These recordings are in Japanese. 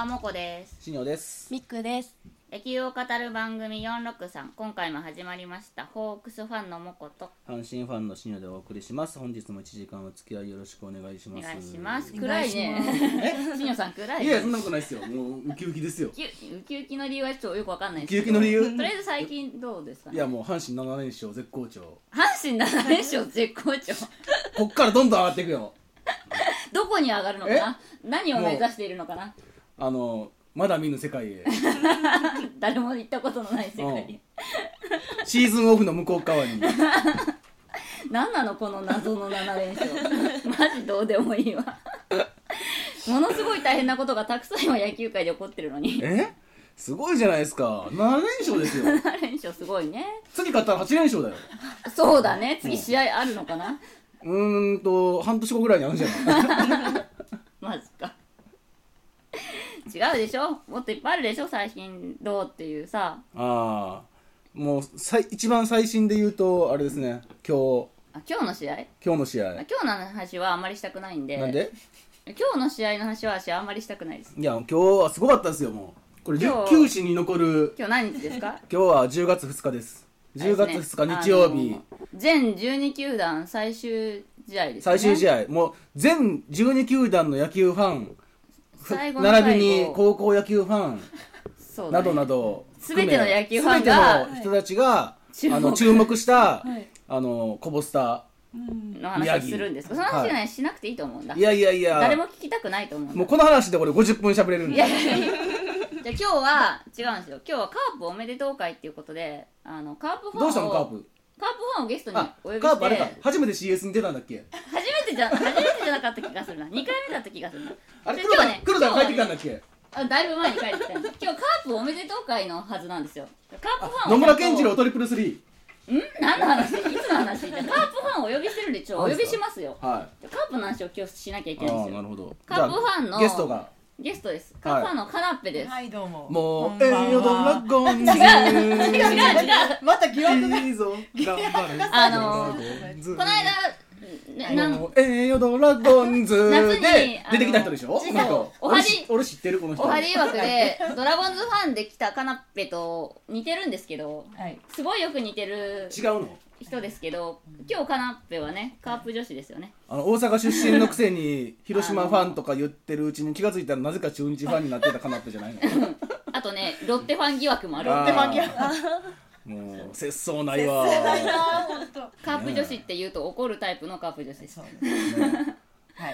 はもこです。 しにょです。 ミックです。 野球を語る番組463、今回も始まりました。ホークスファンのもこと阪神ファンのしにょでお送りします。本日も1時間お付き合いよろしくお願いします。 お願いします。暗いね。しにょさん暗い。 いやそんなことないですよ。もうウキウキですよ。 ウキウキの理由はちょっとよくわかんないですウキウキの理由。 とりあえず最近どうですかね。 いやもう阪神7連勝絶好調。 阪神7連勝絶好調。 こっからどんどん上がっていくよ。 どこに上がるのかな。何を目指しているのかな。 まだ見ぬ世界へ。 誰も行ったことのない世界に。 シーズンオフの向こう側に。 何なのこの謎の7連勝。マジどうでもいいわ。ものすごい大変なことがたくさん今野球界で起こってるのに。 すごいじゃないですか。7連勝ですよ。 7連勝すごいね。 次勝ったら8連勝だよ。 そうだね。次試合あるのかな。 半年後ぐらいにあるんじゃない。 マジか。違うでしょ。もっといっぱいあるでしょ。最近どうっていうさ。 もう一番最新で言うとあれですね。今日の試合。 今日の試合。 今日の話はあんまりしたくないんで。 なんで？ 今日の試合の話はあんまりしたくないです。 いや今日はすごかったですよ。もうこれ球史に残る。 今日何日ですか？ 今日は10月2日です。10月2日日曜日。 全12球団最終試合ですね。 最終試合。もう全12球団の野球ファン並びに高校野球ファンなどなど全ての野球ファンが全ての人たちが注目したコボスタの話をするんですか。その話はしなくていいと思うんだ。 いや誰も聞きたくないと思うんだ。 もうこの話でこれ50分喋れるんで。 じゃあ今日は違うんですよ。今日はカープおめでとう会っていうことでカープファンをどうしたのカープファンをゲストにお呼びして。 カープあれか初めて CS に出たんだっけ。 初めてじゃなかった気がするな。2回目だった気がするな。 あれ黒田帰ってきたんだっけ。 だいぶ前に帰ってきたんです。今日カープおめでとう会のはずなんですよ。カープファン野村健次郎トリプルスリー。何の話？いつの話？カープファンをお呼びしてるんでお呼びしますよ。 はい。 カープの話を今日しなきゃいけないんですよ。 なるほど。 カープファンのゲストです。 カープファンのカナッペです。 はいどうも。 もうドラゴンズ。 違う。 また疑惑が。 いいぞ。頑張れ。 この間ドラゴンズで出てきた人でしょ。俺知ってるこの人。 おはり曰くでドラゴンズファンで来たカナッペと似てるんですけど、すごいよく似てる。 違うの？ 人ですけど、今日カナッペはねカープ女子ですよね。 大阪出身のくせに広島ファンとか言ってるうちに気がついたらなぜか中日ファンになってたカナッペじゃないの。 あとねロッテファン疑惑もある。 ロッテファン疑惑。 もう節操ないわ。 カープ女子って言うと怒るタイプのカープ女子です。 はい。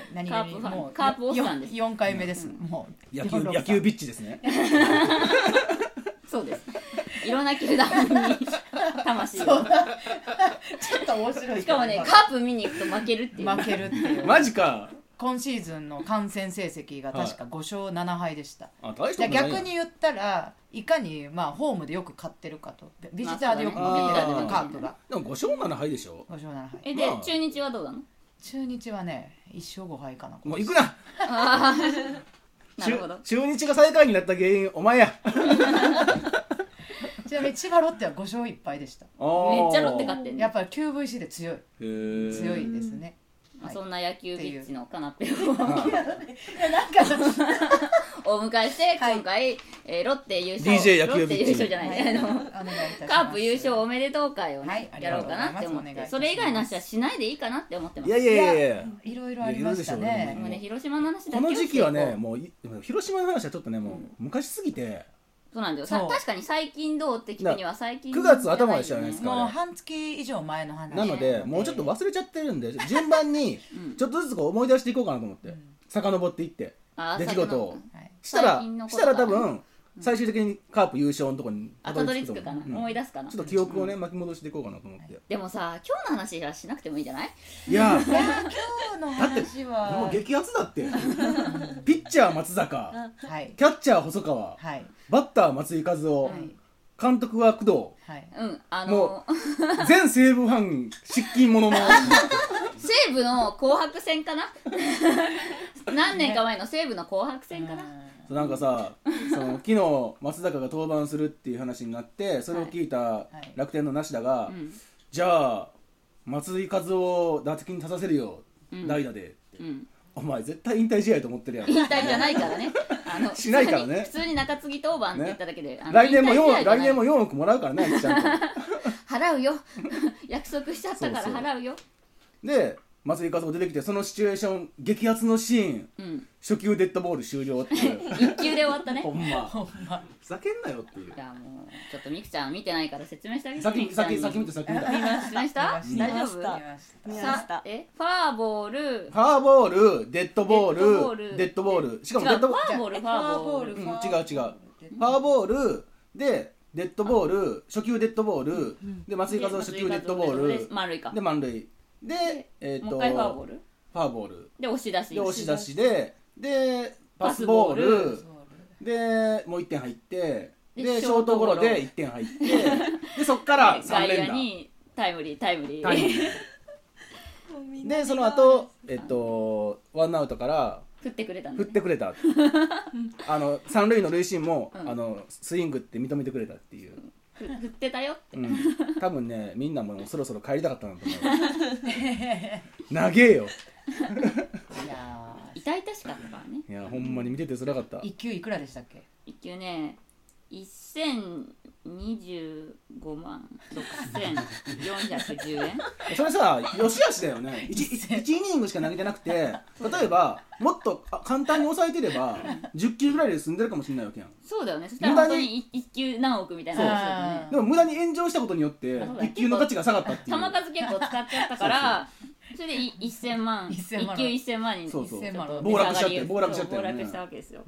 何カープファン、カープおっさんです。 4回目です。もう野球ビッチですね。 そうです。いろんな球団に魂を。 ちょっと面白い。 しかもねカープ見に行くと負けるっていう。 マジか。 今シーズンの観戦成績が確か5勝7敗でした。 じゃ逆に言ったらいかにホームでよく勝ってるかと、ビジターでよく負けてるかと、カープが。 でも5勝7敗でしょ。 5勝7敗。 で中日はどうなの？ 中日はね1勝5敗かな。 もう行くな。 なるほど。 中日が最下位になった原因お前や。 ちなみに千葉ロッテは5勝1敗でした。 めっちゃロッテ勝ってんね。 やっぱり QVC で強いですね。 そんな野球ビッチのカナッペをお迎えして今回ロッテ優勝 DJ 野球ビッチロッテ優勝じゃないカープ優勝おめでとう会をやろうかなって思って、それ以外の話はしないでいいかなって思ってます。 いやいろいろありましたね。 もうね広島の話だけこの時期はねもう広島の話はちょっとねもう昔すぎて。 そうなんだよ。確かに最近どうって聞くには最近 9月頭でしたよね。 もう半月以上前の話なのでもうちょっと忘れちゃってるんで順番にちょっとずつ思い出していこうかなと思って遡っていって出来事をしたら多分最終的にカープ優勝のところにたどり着くかな、思い出すかな。 ちょっと記憶をね巻き戻していこうかなと思って。 でもさ今日の話はしなくてもいいんじゃない？ いや今日の話はもう激アツだって。ピッチャー松坂、キャッチャー細川、バッター松井稼頭、監督は工藤。もう全西武ファン失禁者の西武の紅白戦かな。何年か前の西武の紅白戦かな。 なんかさ昨日松坂が登板するっていう話になってそれを聞いた楽天の梨田が、じゃあ松井稼頭を打席に立たせるよ、代打でって、 お前絶対引退試合と思ってるやん。 引退じゃないからね。 しないからね。 普通に中継ぎ当番って言っただけで、 ね、来年も4億もらうからね、ちゃんと払うよ約束しちゃったから払うよ。 で松井稼頭出てきて、そのシチュエーション激アツのシーン、初球デッドボール終了っていう 1球で終わったね。 ほんまふざけんなよっていう。 いやもうちょっとみくちゃん見てないから説明してあげて。 先見て説明した大丈夫？さファーボールデッドボールしかもデッドボール違うファーボールファーボールでデッドボール、初球デッドボールで松井稼頭初球デッドボールで満塁で、 もう一回ファーボールで押し出しでパスボールでもう1点入ってでショートゴロで1点入ってでそっから3連打にタイムリーでその後ワンアウトから振ってくれた三塁の塁審もスイングって認めてくれたっていう。 振ってたよって、 多分ねみんなもうそろそろ帰りたかったなと思う長えよいや痛々しかったからね。 いやほんまに見てて辛かった。 1球いくらでしたっけ ？1球ね1025万6410円それさよしあしだよね。 1イニングしか投げてなくて、例えばもっと簡単に抑えてれば10球ぐらいで済んでるかもしれないわけやん。 そうだよね。そしたら本当に1球何億みたいな話だよね。 でも無駄に炎上したことによって1球の価値が下がったっていう。 球数結構使っちゃったからそれで1000万1球1000万に暴落しちゃったわけですよ。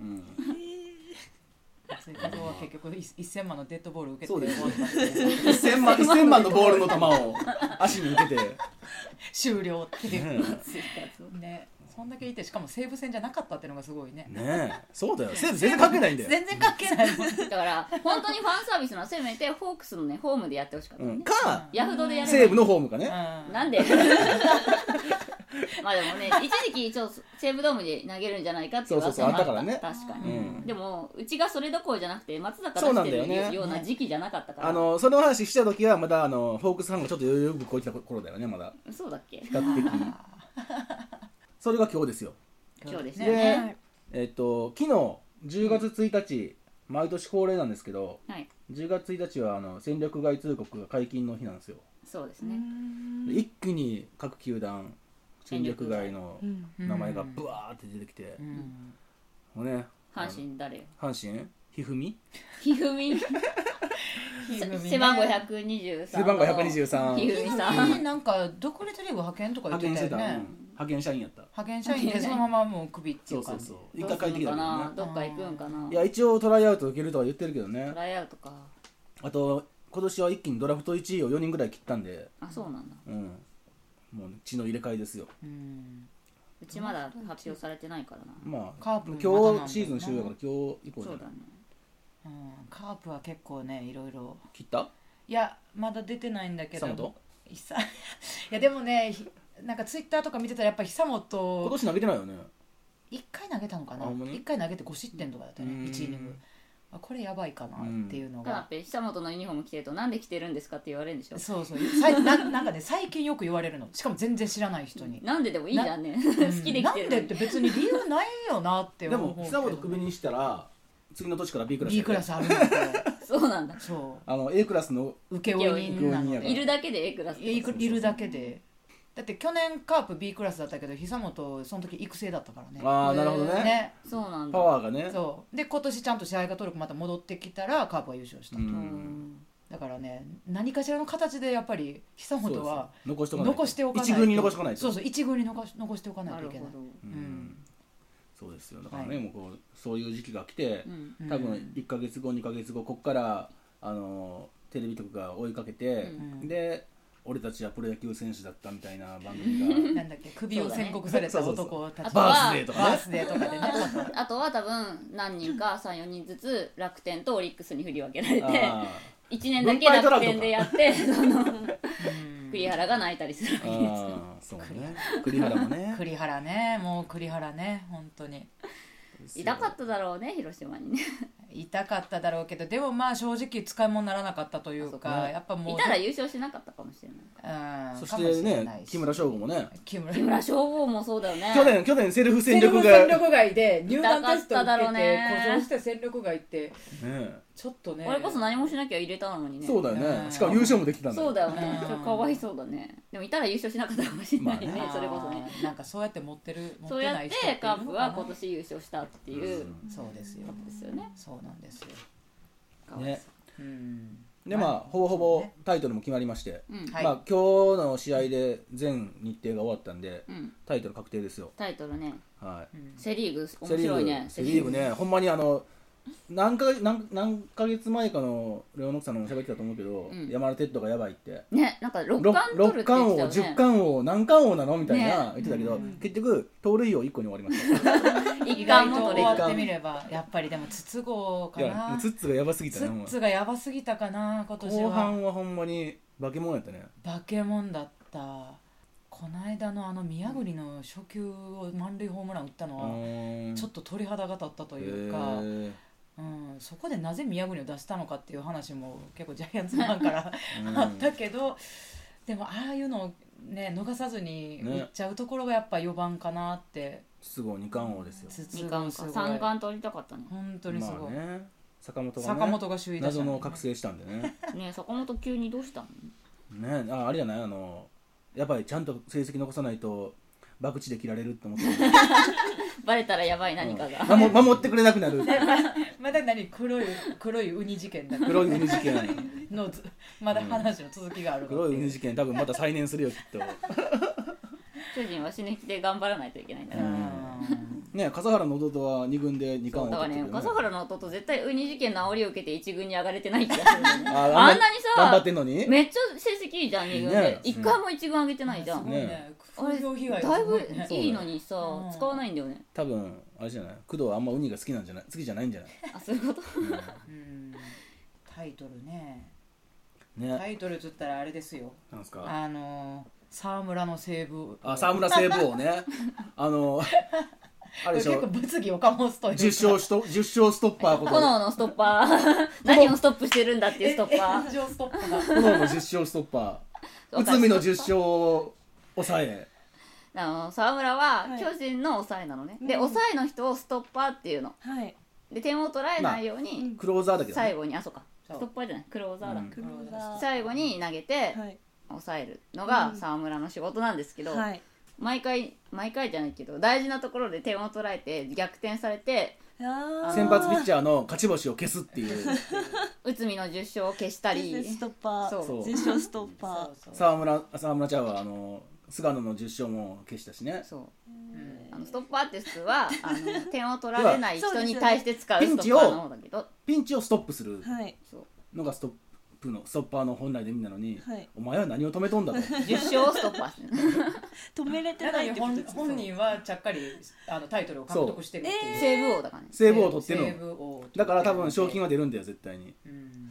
松井稼頭は結局1000万のデッドボールを受けて 1000万のボールの球を足に受けて終了っていうね。そんだけいて、しかも西武戦じゃなかったっていうのがすごいね。 そうだよ、西武全然関係ないんだよ。 全然関係ないだから本当にファンサービスのせめてホークスのねホームでやってほしかったね。かヤフドでやれば西武のホームかね。 なんでまあでもね一時期西武ドームで投げるんじゃないかっていう噂もあったからね。確かに、でもうちがそれどころじゃなくて松坂出してるような時期じゃなかったから、 その話した時はまだホークスファンがちょっと余裕ぶっこいてた頃だよね。まだそうだっけ。 比較的それが今日ですよ。 今日ですよね。 昨日10月1日、毎年恒例なんですけど、10月1日は戦力外通告が解禁の日なんですよ。 そうですね。 一気に各球団戦力外の名前がブワーって出てきて、もうね、 阪神誰？ 阪神ひふみ背番号123 背番号123 ひふみさんなんか独立リーグ派遣とか言ってたよね。 派遣社員やった。 派遣社員でそのままもうクビっていう感じ。 そう一回帰ってきたけどね。 どっか行くんかな。 いや一応トライアウト受けるとは言ってるけどね。 トライアウトか。 あと今年は一気にドラフト1位を4人ぐらい切ったんで。 あ、そうなんだ。 もう血の入れ替えですよ。 うちまだ発表されてないからな。 まあ今日シーズン終了だから今日以降じゃない。そうだね。 カープは結構ねいろいろ切った？ いやまだ出てないんだけど。 久本？ いやでもね、なんかツイッターとか見てたらやっぱ久本今年投げてないよね。 1回投げたのかな。1回投げて5失点とかだったね。1イニング。これやばいかなっていうのが。 久本のユニフォーム着てるとなんで着てるんですかって言われるんでしょ。 そうなんかね最近よく言われるの。しかも全然知らない人に。 なんででもいいじゃんね。好きで着てる。 なんでって別に理由ないよなって思う。 でも久本クビにしたら次の年から B クラスあるんだって。 そうなんだ。 そう。 A クラスの請負人なの。 いるだけで A クラス。 いるだけで。だって去年カープ B クラスだったけど久本その時育成だったからね。 ああなるほどね。 そうなんだ。 パワーがね。 そうで今年ちゃんと試合が登録また戻ってきたらカープは優勝したと。だからね何かしらの形でやっぱり久本は残しておかないと。 一軍に残しておかないと。 そう一軍に残しておかないといけない。 そうですよ。だからねもうこうそういう時期が来て多分1ヶ月後2ヶ月後こっからテレビ局が追いかけてで。俺たちはプロ野球選手だったみたいな番組がなんだっけ首を宣告された男たちバースデーとかね。 バースデーとかでねあとは多分何人か 3,4 人ずつ楽天とオリックスに振り分けられて1年だけ楽天でやって栗原が泣いたりするわけですよ。 そうね。栗原もね。 栗原ねもう栗原ね本当に痛かっただろうね広島にね。 痛かっただろうけどでもまあ正直使い物にならなかったというかやっぱもういたら優勝しなかったかもしれない。 そしてね木村翔吾もね木村翔吾もそうだよね。 去年セルフ戦力外で入団テストを受けて故障して戦力外ってちょっとね俺こそ何もしなきゃ入れたのにね。 そうだよね。しかも優勝もできたんだよ。 そうだよね。ちょっとかわいそうだね。でもいたら優勝しなかったかもしれないね。それこそね。 なんかそうやって持ってない人そうやってカープは今年優勝したっていうそうですよ。そうなんですよ。 ね。でほぼほぼタイトルも決まりまして、今日の試合で全日程が終わったんでタイトル確定ですよ。 タイトルね。 はい。 セリーグ面白いね。 セリーグね、ほんまに何ヶ月前かのレオノックさんのも喋ってたと思うけど、山田哲人がやばいってね、なんか6冠取るって言ってたよね。 10冠王何冠王なのみたいな言ってたけど、結局盗塁王1個に終わりました 1冠も取れ終わってみればやっぱりでも筒香かな。いやツッツがやばすぎたね。 ツッツがやばすぎたかな今年は。 後半はほんまに化け物やったね。 化け物だった。この間の宮國の初球を満塁ホームラン打ったのはちょっと鳥肌が立ったというか、そこでなぜ宮國を出したのかっていう話も結構ジャイアンツファンからあったけど、でもああいうのをね逃さずに打っちゃうところがやっぱ4番かなって。 筒香2冠王ですよ。 2冠か3冠取りたかったね。 本当にすごい。 坂本が首位打者謎の覚醒したんでね。 ね坂本急にどうしたの？ ねあれじゃないやっぱりちゃんと成績残さないと博打で切られるって思ってバレたらやばい何かが、 守ってくれなくなるまだ黒いウニ事件だ黒いウニ事件のまだ話の続きがある黒いウニ事件多分また再燃するよきっと巨人は死ぬ気で頑張らないといけないんだね笠原の弟は2軍で2冠を取ってる、ね、だからね笠原の弟絶対ウニ事件治りを受けて1軍に上がれてない気がするんだよねあんなにさ頑張ってんのにめっちゃ成績いいじゃん2軍で、1回も1軍上げてないじゃん、あれだいぶいいのにさ、使わないんだよね。 多分あれじゃない工藤はあんまウニが好きじゃないんじゃない。 あそういうこと、 タイトルねタイトルっつったらあれですよ。 なんすか沢村の西武沢村西武王ねあれでしょ結構物議を醸すというか 10勝ストッパーこと炎のストッパー何をストップしてるんだっていうストッパー炎上ストッパー炎の10勝ストッパー内海の10勝を抑え沢村は巨人の抑えなのね、で抑えの人をストッパーっていうの、で点を取られないように、 クローザーだけど最後にそうかストッパーじゃないクローザーだ、最後に投げて抑えるのが沢村の仕事なんですけど、毎回じゃないけど大事なところで点を取られて逆転されて先発ピッチャーの勝ち星を消すっていう内海の10勝を消したりストッパー10勝ストッパー沢村ちゃんは菅野の10勝も消したしね。 ストッパーって普通は点を取られない人に対して使うストッパーの方だけどピンチをストップするのがストッパーの本来で意味なのに、お前は何を止めとんだと 10勝ストッパー止めれてないってことですか。 本人はちゃっかりタイトルを獲得してるっていう西武王だからね。 西武王取ってるのだから多分賞金は出るんだよ絶対に。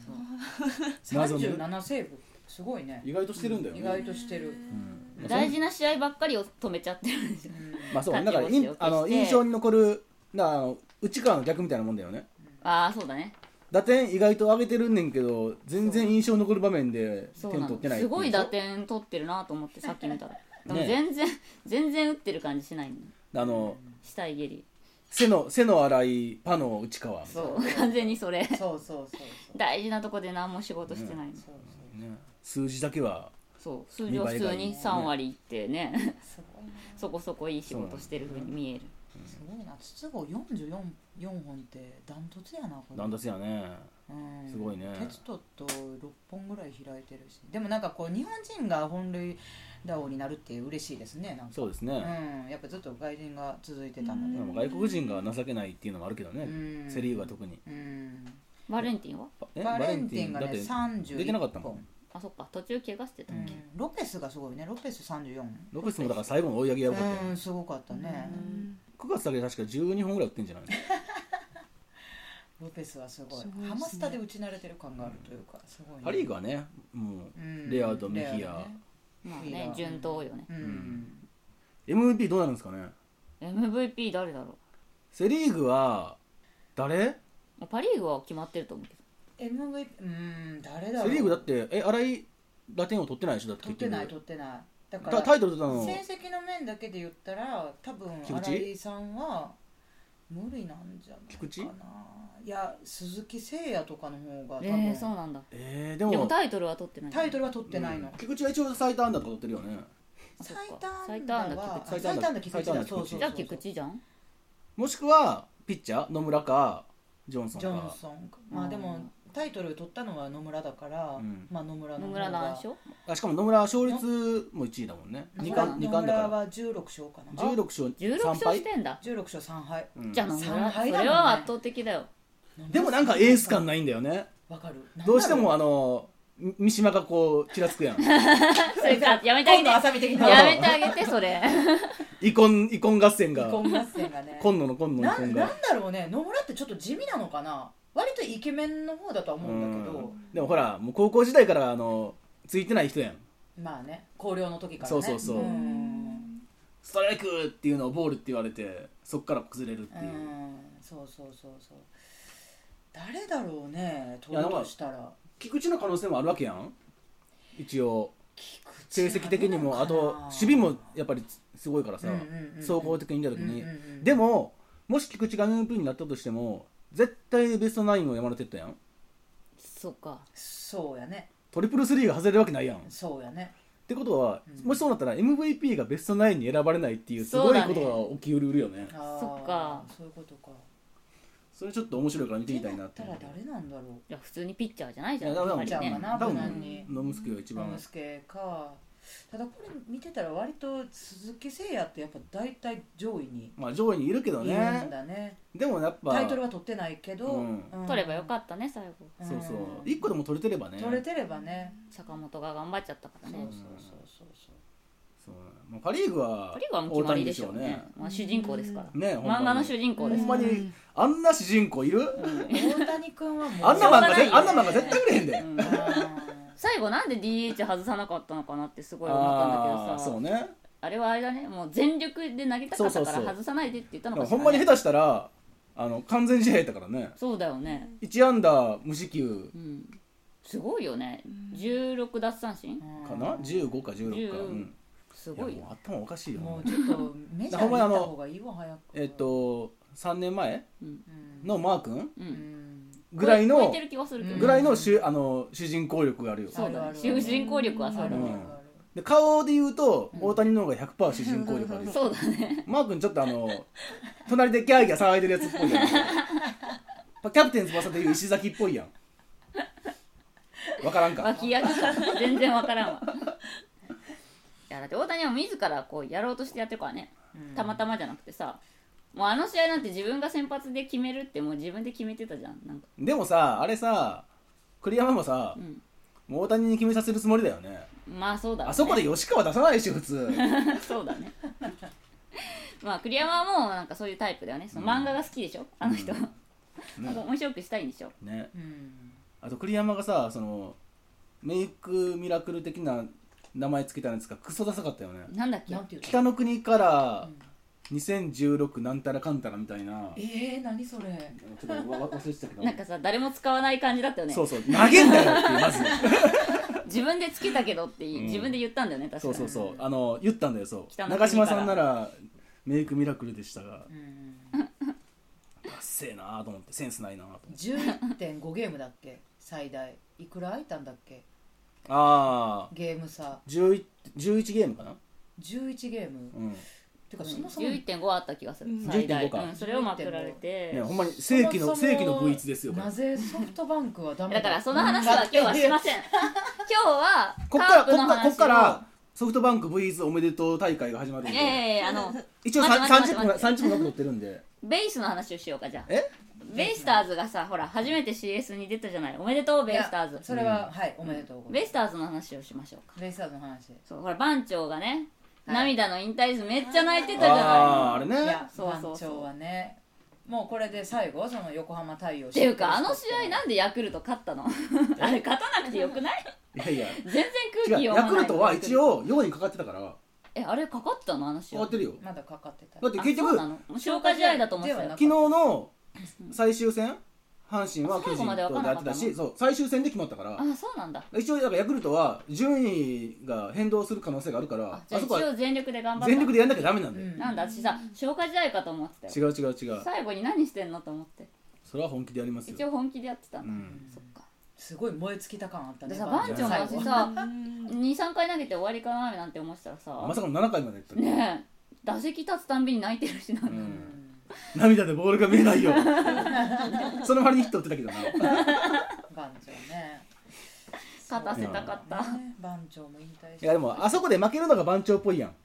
37セーブすごいね。 意外としてるんだよね。 意外としてる、 大事な試合ばっかりを止めちゃってるんですよ。 そうだから印象に残る内川の逆みたいなもんだよね。 そうだね。 打点意外と上げてるんねんけど全然印象に残る場面で点取ってない。 すごい打点取ってるなと思ってさっき見たらでも全然打ってる感じしないの。下いげり背の粗いパの内川。 そう完全にそれ。 そう大事なとこで何も仕事してないの。 数字だけは数字は普通に3割いってねそこそこいい仕事してる風に見える。 すごいな。筒香44本ってダントツやな。 ダントツやね。すごいね。 テツトと6本ぐらい開いてるし、でもなんかこう日本人が本塁打王になるって嬉しいですね。なんかそうですね、 やっぱずっと外人が続いてたので、 外国人が情けないっていうのもあるけどね、セリーグは特に。 バレンティンはバレンティンがね31本できなかったもん。 そっか途中怪我してたっけ。 ロペスがすごいね。ロペス34。 ロペスもだから最後の追い上げやばかったよ。 すごかったね。 9月だけで確か12本ぐらい打ってんじゃないロペスはすごい。ハマスタで打ち慣れてる感があるというか、すごいね。 パリーグはねもうレアードメヒア順当よね。 MVP どうなるんですかね。 MVP 誰だろう。 セリーグは誰。 パリーグは決まってると思うけど MVP 誰だろう。 セリーグだって新井打点を取ってないでしょ。だって取ってないだからタイトル取ったの成績の面だけで言ったら多分新井さんは無理なんじゃないかな。いや鈴木誠也とかの方が多分そうなんだ。 でもタイトルは取ってない。 タイトルは取ってないの。 菊池は一応最多安打とか取ってるよね。 最多安打菊池だ。そうじゃあ菊池じゃん。 もしくはピッチャー野村かジョンソンか。 まあでもタイトル取ったのは野村だから、まあ野村なんでしょ。 しかも野村は勝率も1位だもんね。2冠だから。野村は16勝かな。 16勝3敗してんだ。 16勝3敗。 じゃあ野村それは圧倒的だよ。 でもなんかエース感ないんだよね。 わかる。 どうしても三島がこうちらつくやん。 それかやめてあげて。やめてあげてそれ。 遺恨合戦が。 遺恨合戦がね。 今野の遺恨が。 なんだろうね。野村ってちょっと地味なのかな。割とイケメンの方だとは思うんだけど。 でもほらもう高校時代からついてない人やん。 まあね。高陵の時からね。そう。ストライクっていうのをボールって言われてそっから崩れるっていう。 そう。誰だろうね。取るとしたら。 菊池の可能性もあるわけやん。一応成績的にもあと守備もやっぱりすごいからさ、総合的に見た時に。でももし菊池が MVP になったとしても絶対ベストナインを山田哲人やん。 そうか。 そうやね。 トリプルスリーが外れるわけないやん。 そうやね。 ってことは、もしそうなったら MVP がベストナインに選ばれないっていうすごいことが起きうるよね。 そっか。 そういうことか。 それちょっと面白いから見てみたいなって。 誰なんだろう。 いや普通にピッチャーじゃないじゃん。 ピッチャーかな。 多分野村が一番。 野村か。ただこれ見てたら割と鈴木誠也ってやっぱ大体上位に。 まあ上位にいるけどね。 いるんだね。 でもやっぱタイトルは取ってないけど、 取ればよかったね最後。 そう1個でも取れてればね。 坂本が頑張っちゃったからね。 そうパ・リーグは決まりでしょうね。主人公ですから。漫画の主人公です。 ほんまにあんな主人公いる？ 大谷君はもうあんな漫画絶対売れへんで。 最後なんで DH 外さなかったのかなってすごい思ったんだけどさ。 そうね。 あれはあれだね。もう全力で投げたかったから外さないでって言ったのかしらね。 ほんまに下手したら完全試合やったからね。 そうだよね。 1安打無四球。 すごいよね。16奪三振かな？15か16か。 すごいよ。 頭おかしいよ。 もうちょっとメジャーに行った方がいいわ早く。 3年前のマー君ぐらいの主人公力があるよ。 そうだね。主人公力はそうだね。 で顔で言うと大谷の方が 100% 主人公力あるよ。 そうだね。 マー君ちょっと隣でギャーギャー騒いでるやつっぽいやん。キャプテン翼でいう石崎っぽいやん。わからんか。 脇役か全然わからんわ。いやだって大谷は自らこうやろうとしてやってるからね。たまたまじゃなくてさ。もう試合なんて自分が先発で決めるってもう自分で決めてたじゃん。なんかでもさあれさ栗山もさ、もう大谷に決めさせるつもりだよね。 まあそうだね。 あそこで吉川出さないし普通。 そうだね。まあ栗山はもうなんかそういうタイプだよね。その漫画が好きでしょ、あの人。なんか面白くしたいんでしょ。 ね。あと栗山がさメイクミラクル的な名前つけたんですがクソダサかったよね。 なんだっけ。 北の国から2016なんたらかんたらみたいな。 何それ。 ちょっと忘れてたけど。 なんかさ誰も使わない感じだったよね。 そう投げんだよってまず。 自分でつけたけどって自分で言ったんだよね確かに。 そう言ったんだよ。そう長嶋さんならメイクミラクルでしたが。ダッセーなと思ってセンスないなと思って。 11.5 ゲームだっけ最大いくら空いたんだっけ。ゲーム差 11ゲームかな。 11ゲーム。てかそもそも 11.5 あった気がする。最大それをまくられて。 ほんまに世紀の V1 ですよ。 なぜソフトバンクはダメだからその話は今日はしません。今日はこっからソフトバンク V1 おめでとう大会が始まるんで。一応30分乗ってるんで。 ベイスの話をしようかじゃあ。ベイスターズがさほら初めて CS に出たじゃない。おめでとうベイスターズ。 それははいおめでとう。 ベイスターズの話をしましょうか。 ベイスターズの話。 そうほら番長がね涙の引退図めっちゃ泣いてたじゃない。 あれね。 番長はねもうこれで最後その横浜対応っていうか試合なんでヤクルト勝ったの。あれ勝たなくてよくない。 いやいや全然空気読まない。 ヤクルトは一応4にかかってたから。 あれかかったの話は。 かかってるよ。 まだかかってた。 だって結局消化試合だと思ってたよ。 昨日の最終戦阪神は巨人とやってたし、そう最終戦で決まったから。 あ、そうなんだ。 一応だからヤクルトは順位が変動する可能性があるから、 じゃあ一応全力で頑張った。 全力でやんなきゃダメなんだよ。 なんだ、私さ消化試合かと思ってたよ。 違う。 最後に何してんのと思って。 それは本気でやりますよ。 一応本気でやってたんだ。そっか。 すごい燃え尽きた感あったね。 番長も私さ2,3 回投げて終わりかななんて思ってたらさ、 まさかの7回までいったねえ、打席立つたんびに泣いてるしな。 涙でボールが見えないよ。その割にヒット打ってたけどな。 番長ね。 勝たせたかった。 番長も引退して。 いやでもあそこで負けるのが番長っぽいやん。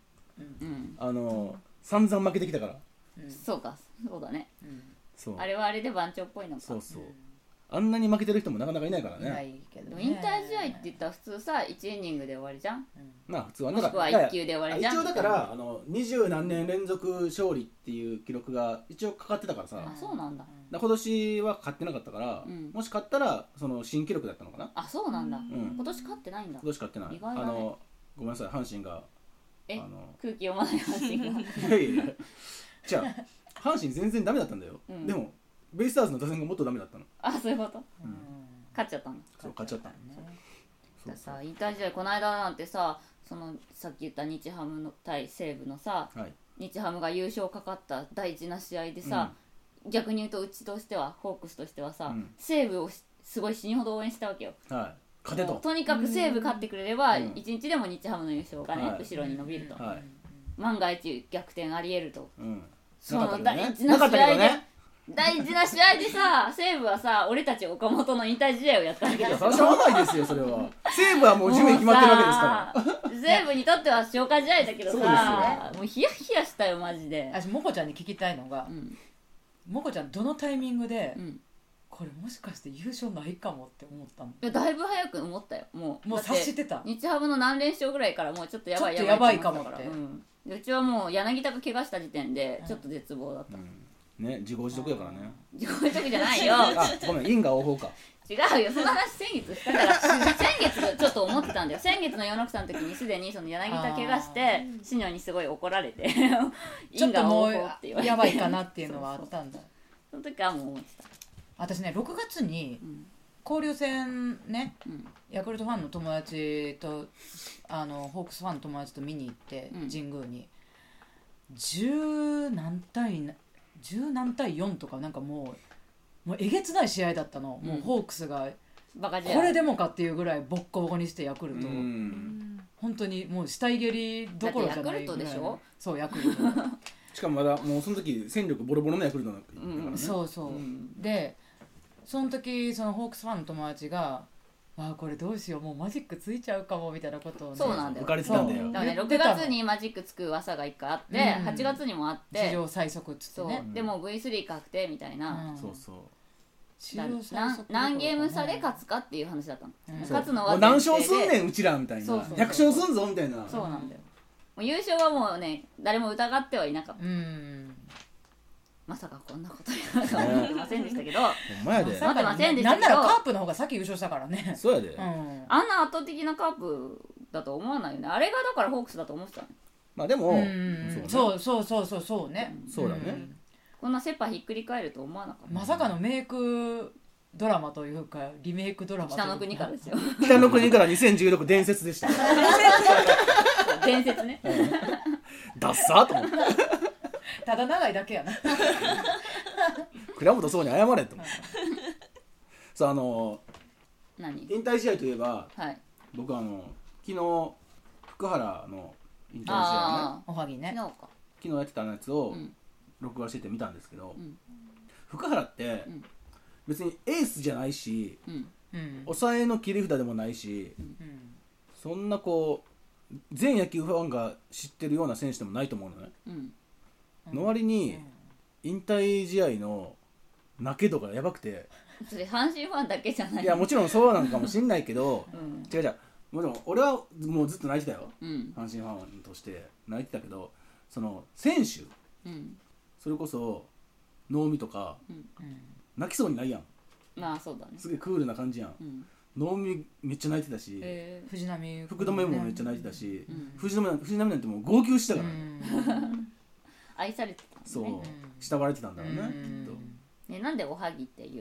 散々負けてきたから。 そうか、そうだね。 そう。 あれはあれで番長っぽいのか。 そう。あんなに負けてる人もなかなかいないからね。 ないけどね。 引退試合って言ったら普通さ1イニングで終わりじゃん。 まあ普通はもしくは1球で終わりじゃん。 一応だから20何年連続勝利っていう記録が一応かかってたからさ。 あ、そうなんだ。 今年は勝ってなかったから、もし勝ったらその新記録だったのかな。 あ、そうなんだ。今年勝ってないんだ。 今年勝ってない。ごめんなさい、阪神が空気読まない阪神が。 いやじゃあ阪神全然ダメだったんだよ。でもベイスターズの打線がもっとダメだったの。 あ、そういうこと。勝っちゃったんだ。 そう、勝っちゃったね。さ、引退試合この間なんてさ、さっき言った日ハムの対西武のさ、日ハムが優勝かかった大事な試合でさ、逆に言うとうちとしてはホークスとしてはさ、西武をすごい死ぬほど応援したわけよ。 勝てと。 とにかく西武勝ってくれれば1日でも日ハムの優勝がね後ろに伸びると。万が一逆転ありえると。その大事な試合で。大事な試合でさ、西武はさ、俺たち岡本の引退試合をやったわけですよ。 しょうがないですよ、それは。西武はもう順位決まってるわけですから。 西武にとっては消化試合だけどさ、もうヒヤヒヤしたよマジで。 私もこちゃんに聞きたいのが、もこちゃんどのタイミングで、これもしかして優勝ないかもって思ったの？ いや、だいぶ早く思ったよ。もう察してた。 日ハムの何連勝ぐらいからもうちょっとやばいかもって。うちはもう柳田が怪我した時点でちょっと絶望だった。 ね、自業自得やからね。 自業自得じゃないよ。 あ、ごめん、因果応報か。 違うよ、その話先月したから先月ちょっと思ってたんだよ。先月の与那国さんの時にすでにその柳田怪我してシニョにすごい怒られて因果応報って言われてやばいかなっていうのはあったんだ。 その時はもう思ってた。 私ね、6月に交流戦ね、ヤクルトファンの友達とホークスファンの友達と見に行って、神宮に10何対4とかなんかもうえげつない試合だったの。もうホークスがこれでもかっていうぐらいボッコボコにしてヤクルト本当にもう死体蹴りどころじゃないぐらい。 ヤクルトでしょ。 そうヤクルトしかもまだもうその時戦力ボロボロのヤクルトなんだからね。 そうでその時そのホークスファンの友達がこれどうしよう、もうマジックついちゃうかもみたいなことをね。 そうなんだよ。 浮かれてたんだよ。 だからね、6月にマジックつく噂が1回あって、8月にもあって史上最速っつってね。 でも V3 確定みたいな。 そうそう。 何ゲーム差で勝つかっていう話だったの。 勝つのは何勝すんねんうちらみたいな。100勝すんぞみたいな。 そうなんだよ。もう優勝はもうね、誰も疑ってはいなかった。まさかこんなことになるとは思ってませんでしたけど。 ほんまやで。 思ってませんでしたけど。 なんならカープの方が先優勝したからね。 そうやで。 あんな圧倒的なカープだと思わないよね。あれがだからホークスだと思ってたの。 まあでも、 そうね。 そうだね。 こんなセパひっくり返ると思わなかった。 まさかのメイクドラマというかリメイクドラマ。 北の国からですよ。 北の国から2016伝説でした。 伝説ね。 ダッサーと思って。 ただ長いだけやな。 倉本壮に謝れと思って。さあ何？ 引退試合といえば、僕昨日福原の引退試合ね、 おはぎね。 昨日やってたやつを録画してて見たんですけど、福原って別にエースじゃないし、抑えの切り札でもないし、そんなこう全野球ファンが知ってるような選手でもないと思うのね。の割に引退試合の泣け度がやばくて。 それ阪神ファンだけじゃない。 いやもちろんそうなのかもしんないけど、違うもちろん俺はもうずっと泣いてたよ、阪神ファンとして泣いてたけど、その選手、それこそ能見とか、泣きそうにないやん。 まあそうだね。 すげえクールな感じやん。能見めっちゃ泣いてたし、福留もめっちゃ泣いてたし、藤浪なんてもう号泣してたからね。 愛されてたんだね。 そう、慕われてたんだろうね、きっと。 ね、なんでおはぎって言うの？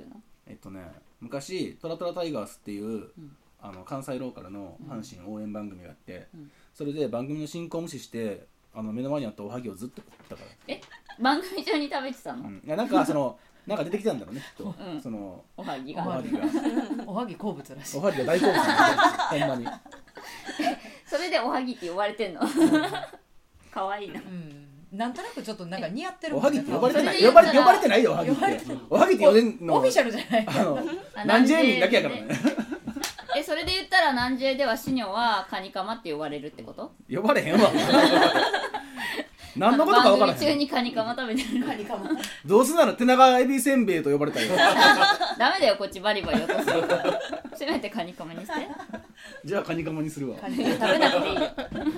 昔トラトラタイガースっていう、関西ローカルの阪神応援番組があって、それで番組の進行を無視して目の前にあったおはぎをずっと食ってたから。 番組中に食べてたの？ いやなんかなんか出てきたんだろうねきっと、 おはぎがおはぎ好物らしい。 おはぎが大好物なんだほんまに。 それでおはぎって呼ばれてんの？可愛いな。 なんとなくちょっとなんか似合ってる。 おはぎって呼ばれてない。呼ばれてないよおはぎって。おはぎって呼んのオフィシャルじゃない。 何 J 民だけやからね。 それで言ったら南 J ではシニョはカニカマって呼ばれるってこと？ 呼ばれへんわ。何のことか分からへん。 番組中にカニカマ食べてる。カニカマ。 どうすなら手長エビせんべいと呼ばれたよ。 ダメだよこっちバリバリ落とす。せめてカニカマにして。 じゃあカニカマにするわ。 食べなくていいよ。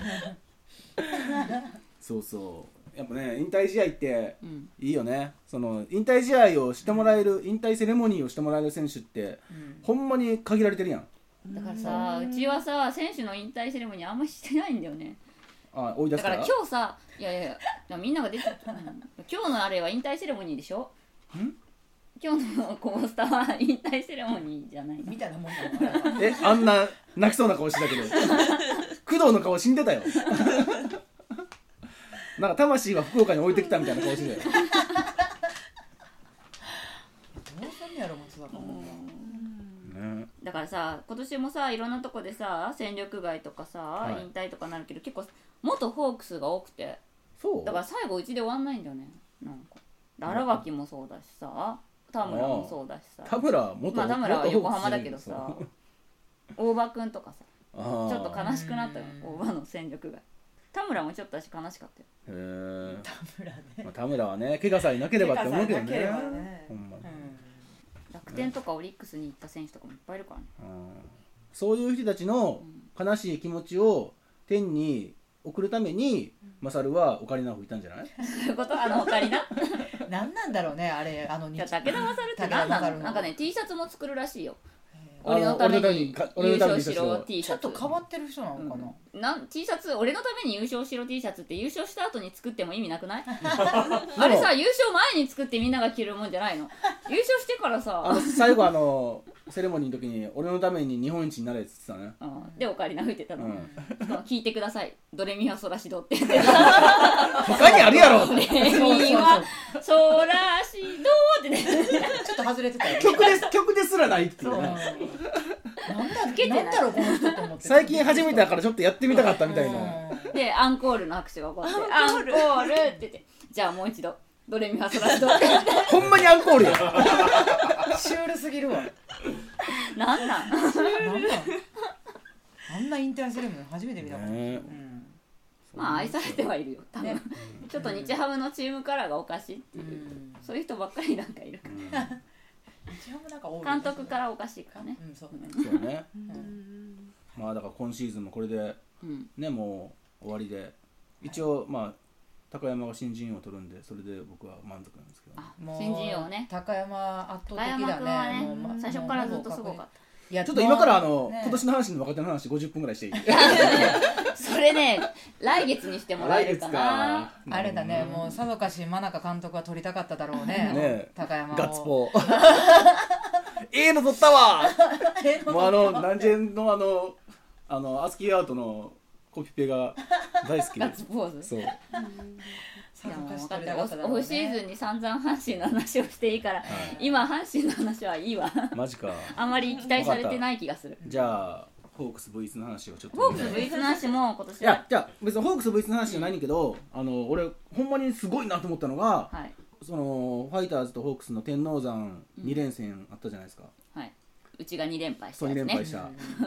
そうそうやっぱね引退試合っていいよね、引退試合をしてもらえる引退セレモニーをしてもらえる選手って、ほんまに限られてるやん。 だからさうちはさ選手の引退セレモニーあんましてないんだよね。 追い出すから。 だから今日さいやみんなが出て今日のあれは引退セレモニーでしょ。今日のコースターは引退セレモニーじゃないみたいなもんだよ。 あんな泣きそうな顔してたけど工藤の顔死んでたよ。なんか魂は福岡に置いてきたみたいな顔してたよ。 どうすんのやろ松坂も。 だからさ今年もさいろんなとこでさ戦力外とかさ、引退とかなるけど結構元ホークスが多くて、そうだから最後うちで終わんないんだよね。なんか荒垣もそうだしさ田村もそうだしさ。 田村は横浜だけどさ大場くんとかさちょっと悲しくなったよ大場の戦力外。田村もちょっと私悲しかったよ。 田村はね怪我さえなければって思うけどね。ほんまに楽天とかオリックスに行った選手とかもいっぱいいるからね。 そういう人たちの悲しい気持ちを天に送るためにマサルはオカリナを吹いたんじゃない？ そういうこと？オカリナ何なんだろうねあれ武田マサルって何なの？なんかね T シャツも作るらしいよ。俺のために優勝しろ T シャツ。 ちょっと変わってる人なのかな、 T シャツ俺のために優勝しろ T シャツって優勝した後に作っても意味なくない？あれさ優勝前に作ってみんなが着るもんじゃないの？優勝してからさ最後セレモニーの時に俺のために日本一になれって言ってたね。 でオカリナ吹いてたの、聞いてくださいドレミファソラシドって言って他にあるやろ。 ドレミファソラシドってねちょっと外れてたよ。 曲ですらないっていうね。 なんだろうこの人と思って。 最近始めたからちょっとやってみたかったみたいな。 でアンコールの拍手が起こってアンコールって言ってじゃあもう一度ドレミファソラシドほんまにアンコールや。 シュールすぎるわ。 なんあんな引退セレモニー初めて見たもん。 まあ愛されてはいるよ多分、ちょっと日ハムのチームカラーがおかしいっていう、そういう人ばっかりなんかいるから、監督からおかしいからね。 そうね。まあだから今シーズンもこれでねもう終わりで一応まあ高山が新人王を取るんでそれで僕は満足なんですけど。 新人王ね。 高山圧倒的だね。 高山君はね最初からずっとすごかった。 ちょっと今から今年の阪神の若手の話50分ぐらいしていい？ それね来月にしてもらえるかな。 あれだねもうさぞかし真中監督は取りたかっただろうね。高山をガッツポーの取ったわ。もう南ジのアスキーアウトのコピペが大好きで。 ガッツポーズ。そう。オフシーズンに散々阪神の話をしていいから、今阪神の話はいいわ。 マジか。 あんまり期待されてない気がする。 じゃあホークス V2 の話をちょっと。 ホークス V2 の話も今年は。 いやじゃあ別にホークス V2 の話じゃないんだけど、俺ほんまにすごいなと思ったのが、そのファイターズとホークスの天王山2連戦あったじゃないですか。 はい。うちが2連敗したやつね。2連敗した。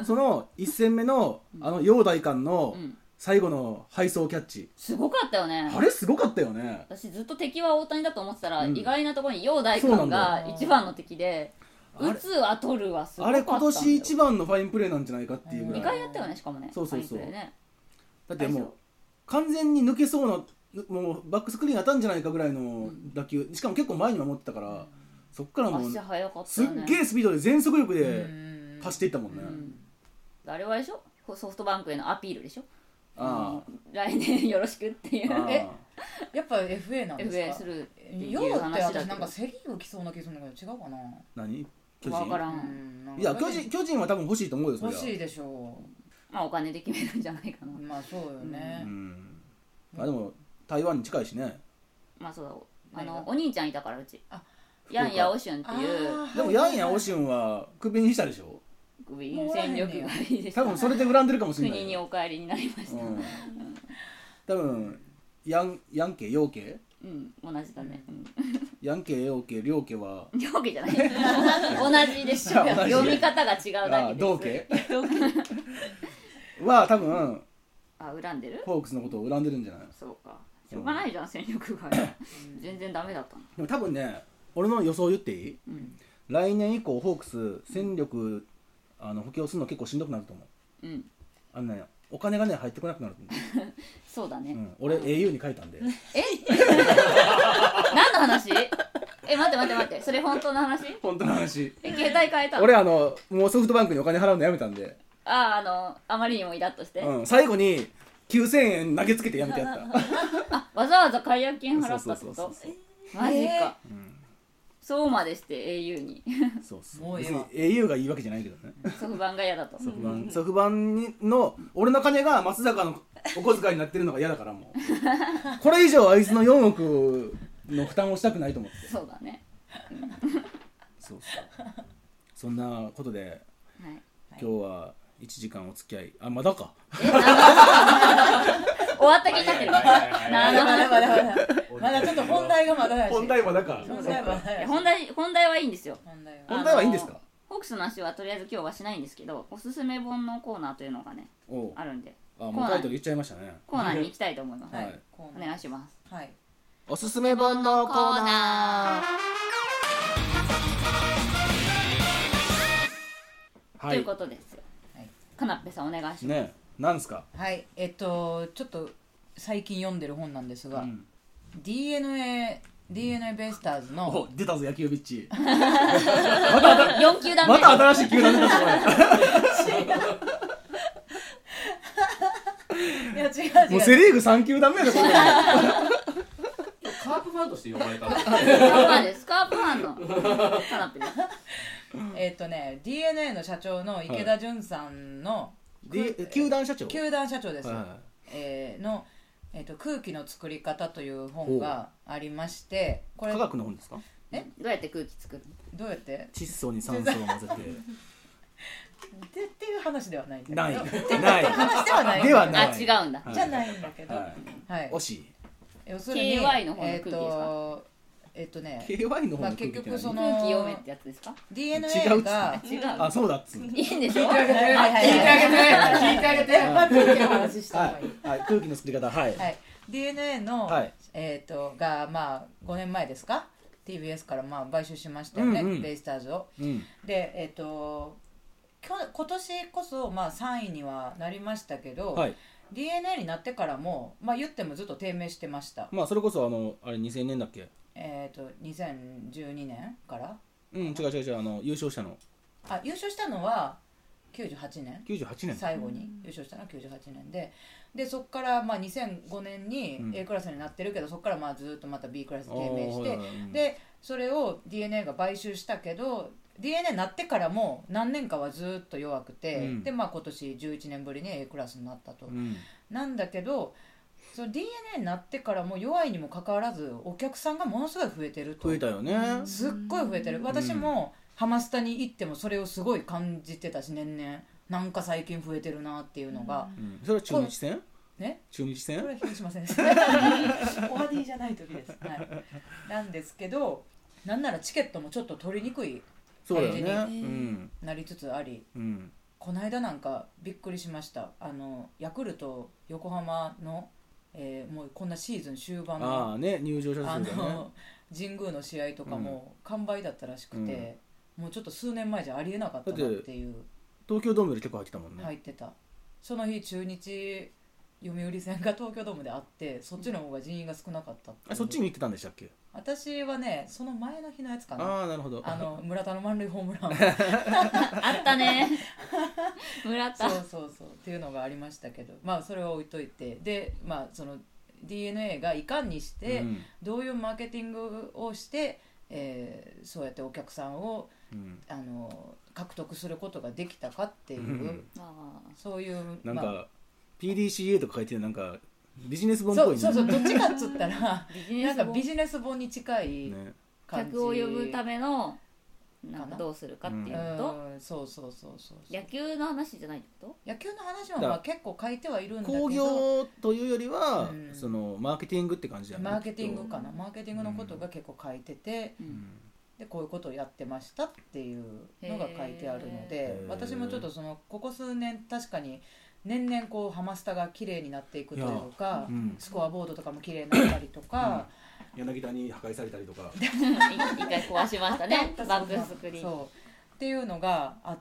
その1戦目の陽大館の最後の配送キャッチすごかったよね。 あれすごかったよね。 私ずっと敵は大谷だと思ってたら、意外なところに陽大館が一番の敵で打つは取るはすごかったんだよ。 あれ今年一番のファインプレーなんじゃないかっていうぐらい 2回やったよねしかもね。 そうだってもう完全に抜けそうなもうバックスクリーン当たんじゃないかぐらいの打球、しかも結構前に守ってたから、そっからもうすっげえスピードで全速力で走っていったもんね。 あれはでしょソフトバンクへのアピールでしょ。来年よろしくっていう。 やっぱ FA なんですか？ FA するっていうヨーって話だけど。 私なんかセリーグ来そうな気するんだけど違うかな。 何？ 分からん。 いや巨人は多分欲しいと思うよ。それは欲しいでしょう。まあお金で決めるんじゃないかな。 まあそうよね。 まあでも台湾に近いしね。 まあそうだ、お兄ちゃんいたからうち。ヤン・ヤオシュンっていう。 でもヤン・ヤオシュンはクビにしたでしょ。 クビに戦力外でした。 多分それで恨んでるかもしれない。 国にお帰りになりました。 多分ヤン家陽家。 同じだね。 ヤン家陽家両家は両家じゃない同じでしょ。読み方が違うだけです。 同家は多分恨んでる。 ホークスのことを恨んでるんじゃない。 そうか。しょうがないじゃん、戦力外。全然ダメだったの。 でも多分ね、俺の予想言っていい？来年以降ホークス戦力補強するの結構しんどくなると思う。お金がね入ってこなくなると思う。 そうだね。 俺 au に書いたんで。 何の話？待って、それ本当の話？ 本当の話。 携帯変えたの？ 俺もうソフトバンクにお金払うのやめたんで。 あまりにもイラッとして。 最後に9000円投げつけてやめてやった。 わざわざ解約金払ったってこと？マジか。そうまでして au に。 そう別に au がいいわけじゃないけどね。 ソフバンが嫌だと。 ソフバンの俺の金が松坂のお小遣いになってるのが嫌だからもう。これ以上あいつの4億の負担をしたくないと思って。 そうだね。 そんなことで今日は1時間お付き合い。まだか。 終わった気になってる。 まだちょっと本題がまだだし。 本題まだか。 本題はいいんですよ。 本題はいいんですか。 ホークスの話はとりあえず今日はしないんですけど、おすすめ本のコーナーというのがねあるんで。 もうタイトル言っちゃいましたね。 コーナーに行きたいと思います。お願いします。 おすすめ本のコーナー。ということですよ。かなっぺさんお願いします。 ね、なんですか。 はい、ちょっと最近読んでる本なんですが、DNA ベイスターズの出たぞ野球ビッチ。 4球団目。 また新しい球団出たぞ。 いや違う。 もうセリーグ3球団目だこれ。 カープファンとして呼ばれた。 スカープファンのカナッペです。 DNA の社長の池田純さんの、 球団社長です。の空気の作り方という本がありまして、 これ科学の本ですか？ どうやって空気作る？ どうやって？ 窒素に酸素を混ぜて。 っていう話ではないんだけど。 ない。 話ではない。 ではない。 違うんだ。 じゃないんだけど。 惜しい。 要するに KY の方の空気ですか ？KY の方の空気結局その空気読めってやつですか？ DNA が違う。 あ、そうだっつ。 いいんでしょ？ 聞いてあげて。話した方がいい。 はい、空気の作り方。はい。 DNA のが5年前ですか？ TBS から買収しましたよね、ベイスターズを。で今年こそ3位にはなりましたけど、DNA になってからも言ってもずっと低迷してました。 それこそあれ2000年だっけ ？2012年から違う優勝したの優勝したのは98年最後に優勝したのは98年でそこから2005年に A クラスになってるけど、そこからずっとまた B クラス低迷して、でそれを DNA が買収したけど DNA になってからも何年かはずっと弱くて、で今年11年ぶりに A クラスになったと、なんだけどその DNA になってからも弱いにもかかわらずお客さんがものすごい増えてると。 増えたよね。 すっごい増えてる。私もハマスタに行ってもそれをすごい感じてたし、年々なんか最近増えてるなっていうのが、 それは中日戦？中日戦？ これは広島戦です。オワディじゃない時です、なんですけど、なんならチケットもちょっと取りにくい感じになりつつあり、この間なんかびっくりしました。ヤクルト横浜のもうこんなシーズン終盤の入場者数がね、 神宮の試合とかも完売だったらしくて、もうちょっと数年前じゃありえなかったなっていう。 東京ドームより結構入ってたもんね。 入ってた。その日中日読売戦が東京ドームであって、そっちの方が人員が少なかったっていう。 そっちに行ってたんでしたっけ？ 私はね、その前の日のやつかな。 なるほど。 村田の満塁ホームランあったね。村田。 そうっていうのがありましたけど、それは置いといて、でその DNA がいかんにして、どういうマーケティングをして、そうやってお客さんを獲得することができたかっていう、そういうなんか、PDCA とか書いてるなんかビジネス本っぽいね。 そうどっちかっつったらなんかビジネス本に近い感じ、客を呼ぶためのなんかどうするかっていうと、 そう野球の話じゃないってこと？ 野球の話はまあ結構書いてはいるんだけど、 工業というよりは、そのマーケティングって感じだね。 マーケティングかな、マーケティングのことが結構書いてて、でこういうことをやってましたっていうのが書いてあるので、私もちょっとここ数年確かに年々こうハマスタが綺麗になっていくというか、スコアボードとかも綺麗になったりとか、 柳田に破壊されたりとか一回壊しましたねバックスクリーンそうっていうのがあって、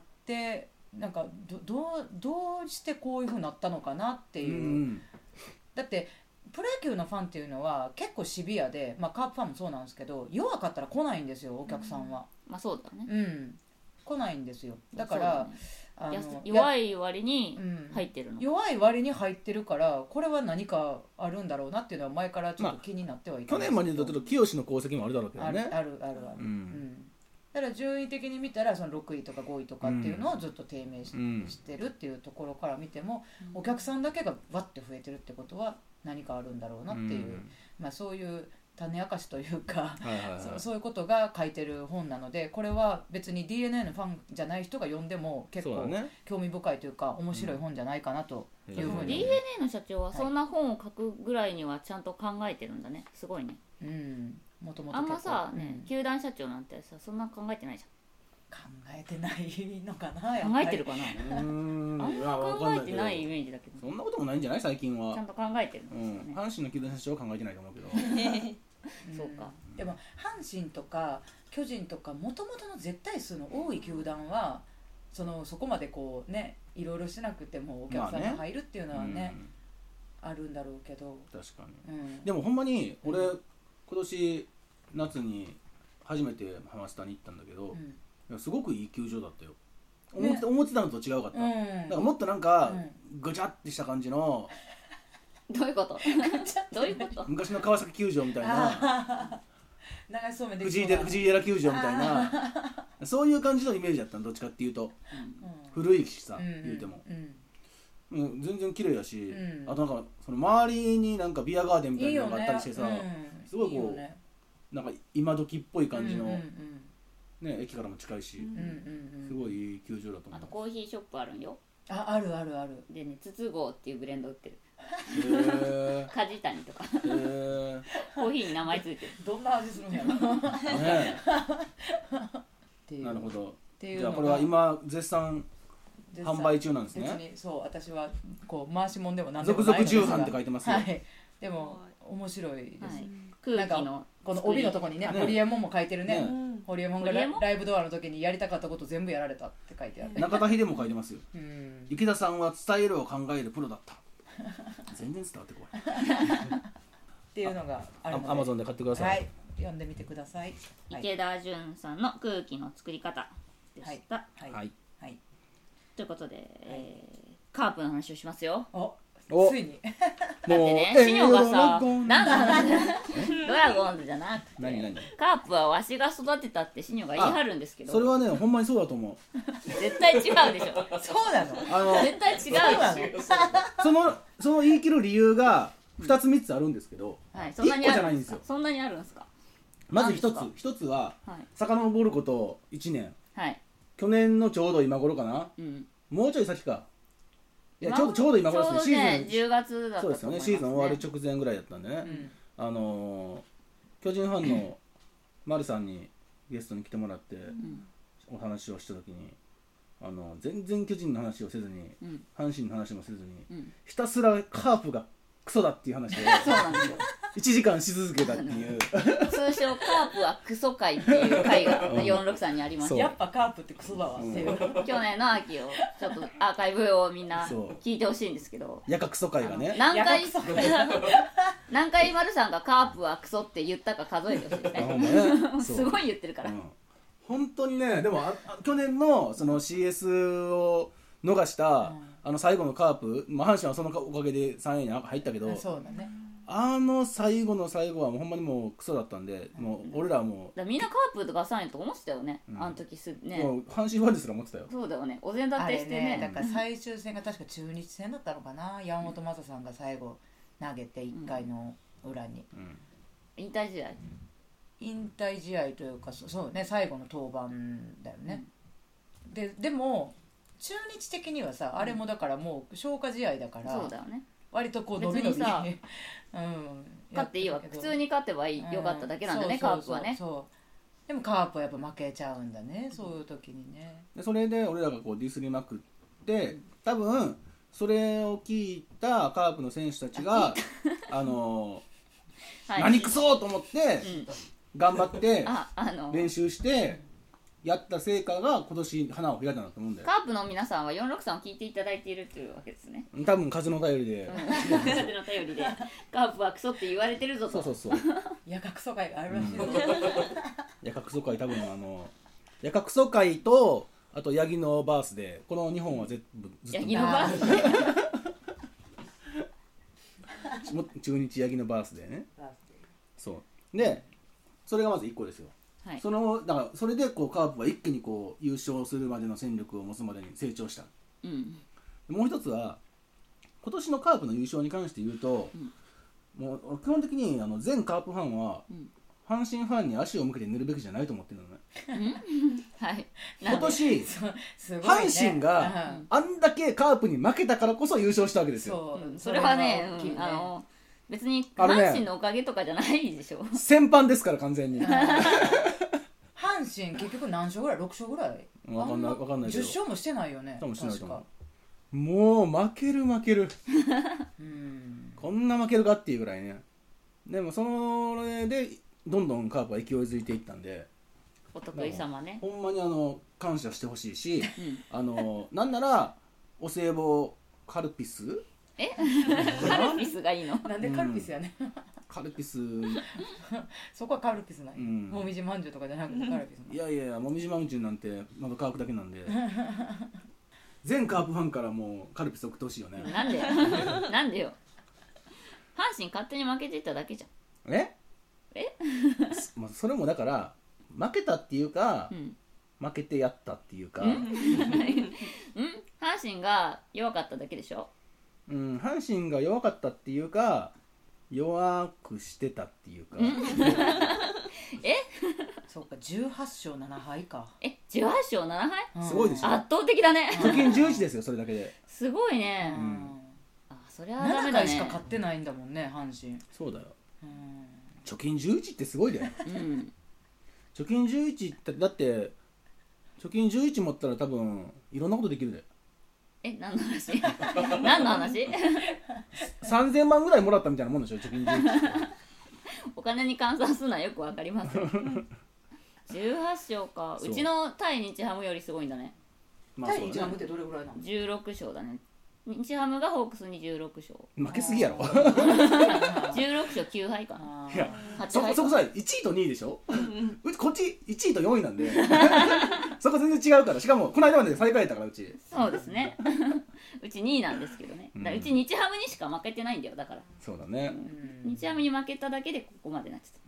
なんかどうしてこういう風になったのかなっていう、だってプロ野球のファンっていうのは結構シビアで、まあ、カープファンもそうなんですけど、弱かったら来ないんですよお客さんは、 まあそうだね、 来ないんですよ。だから、 弱い割に入ってるの、 弱い割に入ってるから、これは何かあるんだろうなっていうのは前からちょっと気になってはいたんですけど、 去年までだと清の功績もあるだろうけどね。 ある、だから順位的に見たらその6位とか5位とかっていうのをずっと低迷してるっていうところから見ても、お客さんだけがわって増えてるってことは何かあるんだろうなっていう、まあ、そういう種明かしというか、そういうことが書いてる本なので、これは別に DNA のファンじゃない人が読んでも結構興味深いというか面白い本じゃないかなというふうに、 DNA の社長はそんな本を書くぐらいにはちゃんと考えてるんだね。すごいね。 もともとあんまさ、球団社長なんてさそんな考えてないじゃん。考えてないのかな。 考えてるかな。あんま考えてないイメージだけど。 そんなこともないんじゃない最近は。 ちゃんと考えてるんですよね。 阪神の球団社長は考えてないと思うけど。 そうか。 でも阪神とか巨人とかもともとの絶対数の多い球団はそこまでこうね、いろいろしなくてもお客さんが入るっていうのはね、あるんだろうけど。 確かに。でもほんまに俺今年夏に初めてハマスタに行ったんだけど、すごくいい球場だったよ。思ってたのと違うかった。だからもっとなんかぐちゃってした感じの。 どういうことどういうこと？ 昔の川崎球場みたいな、藤井寺球場みたいな、そういう感じのイメージだったの。どっちかっていうと古いしさ、言うても全然綺麗やし、あとなんかその周りになんかビアガーデンみたいなのがあったりしてさ、すごいこうなんか今時っぽい感じのね、駅からも近いし、すごいいい球場だと思う。 あとコーヒーショップあるんよ。 あるでね、筒香っていうブレンド売ってる。梶谷とかコーヒーに名前ついてる。 どんな味するんやろなるほど。じゃあこれは今絶賛販売中なんですね。 別にそう、私はこう回しもんでも何でもないのですが、 続々重版って書いてますよ。 でも面白いです。 空気のこの帯のとこにね、ホリエモンも書いてるね。ホリエモンがライブドアの時にやりたかったこと全部やられたって書いてある。 中田秀も書いてますよ。池田さんは伝えるを考えるプロだった。全然伝わってこないっていうのがあるので、 Amazon で買ってください。 読んでみてください。 池田純さんの空気の作り方でした。ということで、カープの話をしますよ。 ついにだってね、シニョがさ、なんだドラゴンズじゃなくて、カープはわしが育てたってシニョが言い張るんですけど、 それはね、ほんまにそうだと思う。 絶対違うでしょ。 そうなの？ 絶対違うでしょ。その言い切る理由が2つ3つあるんですけど、1個じゃないんですよ。 そんなにあるんですか？ まず一つは遡ること1年、去年のちょうど今頃かな、もうちょい先か。いやちょうど今頃ですね。シーズン 10月だったと思いますね。 そうですよね。シーズン終わる直前ぐらいだったんでね。巨人ファンの丸さんにゲストに来てもらってお話をした時に、全然巨人の話をせずに、阪神の話もせずに、ひたすらカープがクソだっていう話をそうなんですよ。 1時間し続けたっていう通称カープはクソ会っていう会が463にありました。 やっぱカープってクソだわっていう去年の秋をちょっとアーカイブをみんな聞いてほしいんですけど、 やかクソ会がね、 何回丸さんがカープはクソって言ったか数えてほしいですね。すごい言ってるから、 本当にね。でも去年のその CS を逃した最後のカープ、阪神はそのおかげで3位に入ったけど、 最後の最後はもうほんまにもうクソだったんで、もう俺らはもうみんなカープとかさんと思ってたよね、あの時ね。 阪神ファンですら思ってたよ。 そうだよね、お膳立てしてね。 だから最終戦が確か中日戦だったのかな、山本昌さんが最後投げて1回の裏に、 引退試合、 引退試合というかそうね、最後の登板だよね、でも中日的にはさ、あれもだからもう消化試合だから、 そうだよね、 割とこう伸び伸びさ、 勝っていいわ、普通に勝てばよかっただけなんだね、カープはね。 でもカープはやっぱ負けちゃうんだね、そういう時にね。 でそれで俺らがこうディスりまくって、多分それを聞いたカープの選手たちが何くそと思って頑張って練習してやった成果が今年花を開いたんだと思うんだよ。 カープの皆さんは463を聞いていただいているというわけですね。 多分風の便りで、 風の便りでカープはクソって言われてるぞと。 そうヤカクソ会があるらしいよ。 ヤカクソ会、多分ヤカクソ会とあとヤギのバースで、この2本は全部ずっとヤギのバースで中日ヤギのバースでね。そうでそれがまず1個ですよ。だからそれでこうカープは一気にこう優勝するまでの戦力を持つまでに成長した、もう一つは今年のカープの優勝に関して言うと、もう基本的に全カープファンは、阪神ファンに足を向けて寝るべきじゃないと思ってるのね。 はい、 今年阪神があんだけカープに負けたからこそ優勝したわけですよ。 それはね、別に阪神のおかげとかじゃないでしょ。 戦犯ですから完全に。 阪神結局何勝ぐらい？6勝ぐらい？ 分かんないけど 10勝もしてないよね。 多分してないと思う。もう負けるこんな負けるかっていうぐらいね。でもそれでどんどんカープは勢いづいていったんで、 お得意様ね、 ほんまに感謝してほしいし、なんならお歳暮カルピスカルピスがいいの？ なんでカルピスやね。 カルピスそこはカルピスない、もみじまんじゅうとかじゃなくてカルピス。 いやもみじまんじゅうなんてまだ乾くだけなんで全カープファンからもうカルピス送ってほしいよね。 なんでよ。阪神勝手に負けていっただけじゃん。 まあそれもだから負けたっていうか、負けてやったっていうか、 阪神が弱かっただけでしょ。 阪神が弱かったっていうか弱くしてたっていうか。 そうか、18勝7敗か。 18勝7敗？ すごいでしょ。 圧倒的だね。 貯金11ですよ、それだけで。 すごいね。それはダメだね。 7回しか勝ってないんだもんね、阪神。 そうだよ。貯金11ってすごいだよ。貯金11ってだって貯金11持ったら多分いろんなことできるで。 何の話？何の話 ？3000万ぐらいもらったみたいなもんでしょ、貯金11って。 お金に換算するのはよくわかります18勝か。うちの対日ハムよりすごいんだね。 対日ハムってどれぐらいなの ？16勝だね。日ハムがホークスに16勝。 負けすぎやろ。 16勝9敗かな。 いや、そこさ1位と2位でしょ。こっち1位と4位なんでそこ全然違うから。しかもこの間まで最下位だからうち。 そうですねうち2位なんですけどね。うち日ハムにしか負けてないんだよ。だからそうだね、 日ハムに負けただけでここまでなっちゃった。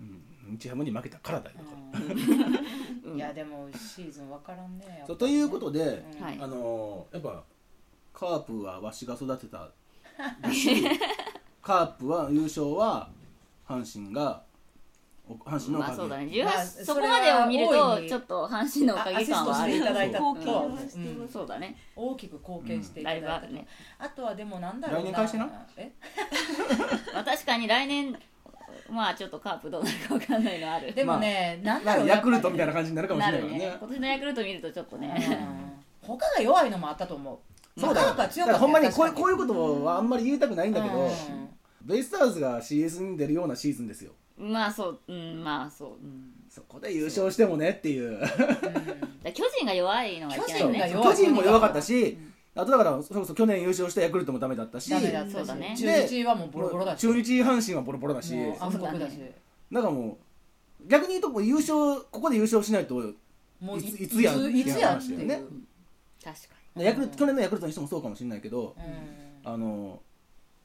日ハムに負けたからだよ。 いやでもシーズン分からんね。 ということで、やっぱカープはわしが育てたしカープは優勝は阪神のおかげ。 まあそうだね。そこまでを見るとちょっと阪神のおかげ感はある。そうだね。 大きく貢献していただいた。 だいぶあるね。 あとはでもなんだろうな。 来年返してな。 確かに来年まあちょっとカープどうなるか分かんないのある。 でもね、なんだろう、 ヤクルトみたいな感じになるかもしれないからね。 今年のヤクルト見るとちょっとね、 他が弱いのもあったと思う。 そうだよ。だからほんまにこういうことはあんまり言いたくないんだけど、ベイスターズが CS に出るようなシーズンですよ。 まあそう、まあそう、 そこで優勝してもねっていう。 巨人が弱いのがいけないね。 巨人も弱かったし、あとだからそれこそ去年優勝したヤクルトもダメだったし、 そうだね。 中日はもうボロボロだし、 中日阪神はボロボロだし、 暗黒だし。 だからもう逆に言うとここで優勝しないともういつやっていう話だよね。 確かに。去年のヤクルトにしてもそうかもしれないけど、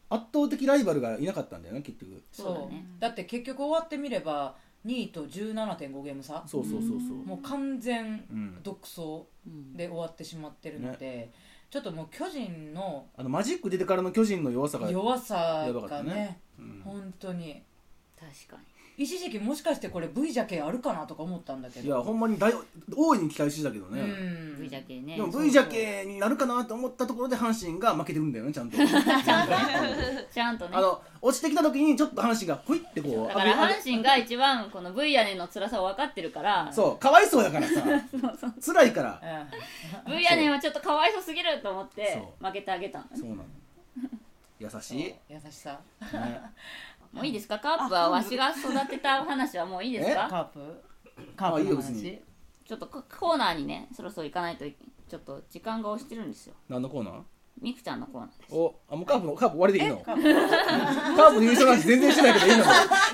圧倒的ライバルがいなかったんだよね結局。 そうだね。だって結局終わってみれば2位と 17.5 ゲーム差。 そうもう完全独走で終わってしまってるので、ちょっともう巨人のマジック出てからの巨人の弱さがね、本当に確かに一時期もしかしてこれ V ジャケあるかなとか思ったんだけど、 いやほんまに大いに期待してたけどね、 V ジャケね。 でも V ジャケになるかなと思ったところで阪神が負けてるんだよねちゃんとちゃんとね落ちてきた時にちょっと阪神がほいってこうだから阪神が一番この V 屋根の辛さを分かってるから、 そうかわいそうやからさ辛いから、 V 屋根はちょっとかわいそうすぎると思って負けてあげたの。 そうなの優しい優しさ、 もういいですか。カープはわしが育てた話はもういいですか。 カープの話ちょっとコーナーにねそろそろ行かないとちょっと時間が押してるんですよ。 何のコーナー？ みくちゃんのコーナーです。 もうカープ終わりでいいの？カープの優勝の話全然してないけどいいの？もう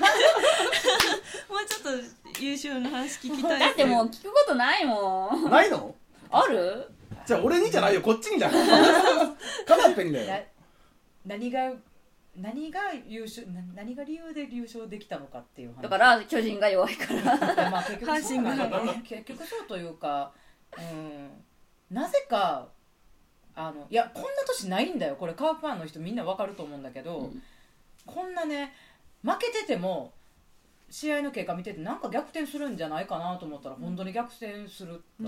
ちょっと優勝の話聞きたい。 だってもう聞くことないもん。 ないの？ ある？ じゃあ俺にじゃないよこっちにじゃん。カナッペにだよ。 何が理由で優勝できたのかっていう話。 だから巨人が弱いからまあ結局そうなんだね。結局そうというか、なぜかいやこんな年ないんだよ。これカープファンの人みんなわかると思うんだけど、こんなね負けてても試合の結果見ててなんか逆転するんじゃないかなと思ったら本当に逆転するっていう。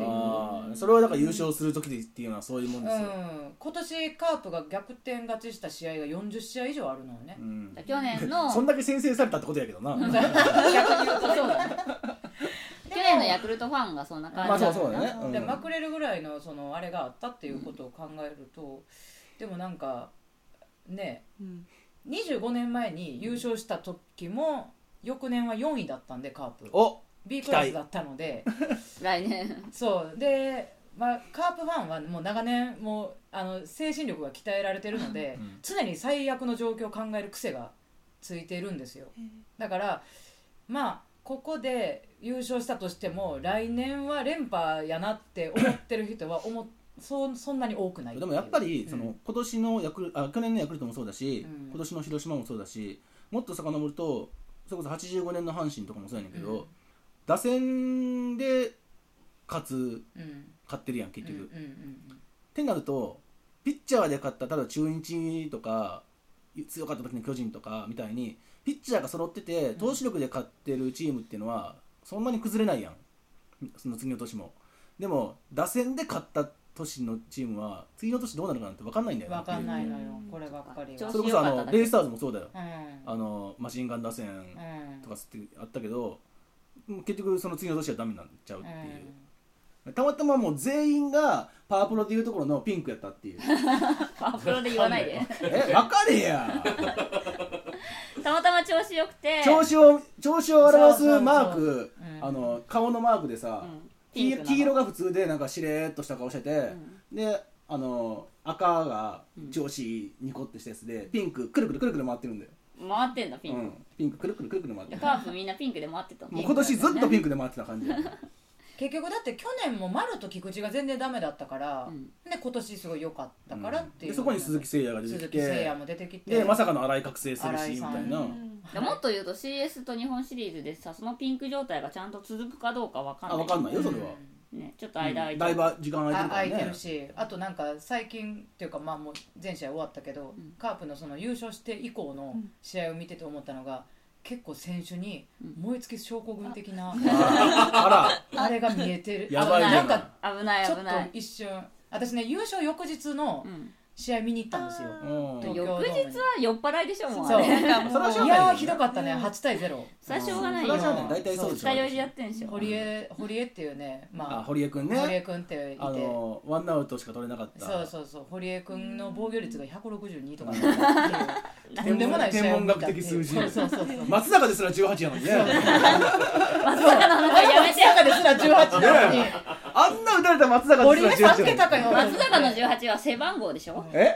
それはだから優勝する時っていうのはそういうもんですよ。 今年カープが逆転勝ちした試合が40試合以上あるのよね。 去年のそんだけ先制されたってことやけどな。 逆に言うとそうだね。 去年のヤクルトファンがそんな感じだったな。でまくれるぐらいのあれがあったっていうことを考えると、でもなんかね、25年前に優勝した時も翌年は4位だったんでカープ B クラスだったので来年そうで、カープファンはもう長年もう精神力が鍛えられてるので、常に最悪の状況を考える癖がついているんですよ。だからここで優勝したとしても来年は連覇やなって思ってる人はそんなに多くない。 でもやっぱり今年の去年のヤクルトもそうだし、今年の広島もそうだし、もっと遡るとそれこそ85年の阪神とかもそうやねんけど、打線で勝ってるやん結局。ってなるとピッチャーで勝ったただ中日とか強かった時の巨人とかみたいにピッチャーが揃ってて投手力で勝ってるチームっていうのはそんなに崩れないやん、その次の年も。でも打線で勝った年のチームは次の年どうなるかなんて分かんないんだよね。 分かんないのよこればっかりは。 それこそベイスターズもそうだよ、マシンガン打線とかってあったけど、結局その次の年はダメになっちゃうっていう、たまたまもう全員がパワープロでいうところのピンクやったっていうパワープロで言わないで分かれやたまたま調子よくて調子を表すマーク、顔のマークでさ、黄色が普通でなんかしれーっとした顔してて、で赤が調子ニコってしたやつで、ピンクくるくるくるくる回ってるんだよ。 回ってんだピンク、 ピンクくるくるくるくる回ってる。 カープみんなピンクで回ってた。 もう今年ずっとピンクで回ってた感じ結局だって去年も丸と菊池が全然ダメだったから、で今年すごい良かったからっていう、 でそこに鈴木誠也が出てきて、 鈴木誠也も出てきて、 でまさかの新井覚醒するしみたいな。 もっと言うと CS と日本シリーズでさ、そのピンク状態がちゃんと続くかどうか分かんない。 分かんないよそれは、 ね、ちょっと間空いてる、 だいぶ時間空いてるからね。 空いてるし、あとなんか最近っていうかもう全試合終わったけど、カープのその優勝して以降の試合を見てて思ったのが、結構選手に燃え尽き症候群的な、あれが見えてる。 やばいじゃん。 なんか危ないちょっと一瞬、私ね優勝翌日の試合見に行ったんですよ。 翌日は酔っ払いでしょもう。 そういやひどかったね。8対0。 それはしょうがないよ。 大体そうでしょ。 二日酔いでやってんでしょ。 堀江っていうね、 堀江くんね。 堀江くんっていて、 ワンアウトしか取れなかった。 そう堀江くんの防御率が162とかとんでもない天文学的数字。 そう松坂ですら18やのにね。 松坂の中やめて。 松坂ですら18なのに。 あんな打たれた松坂ですら18。 助けたかよ。 松坂の18は背番号でしょ。 違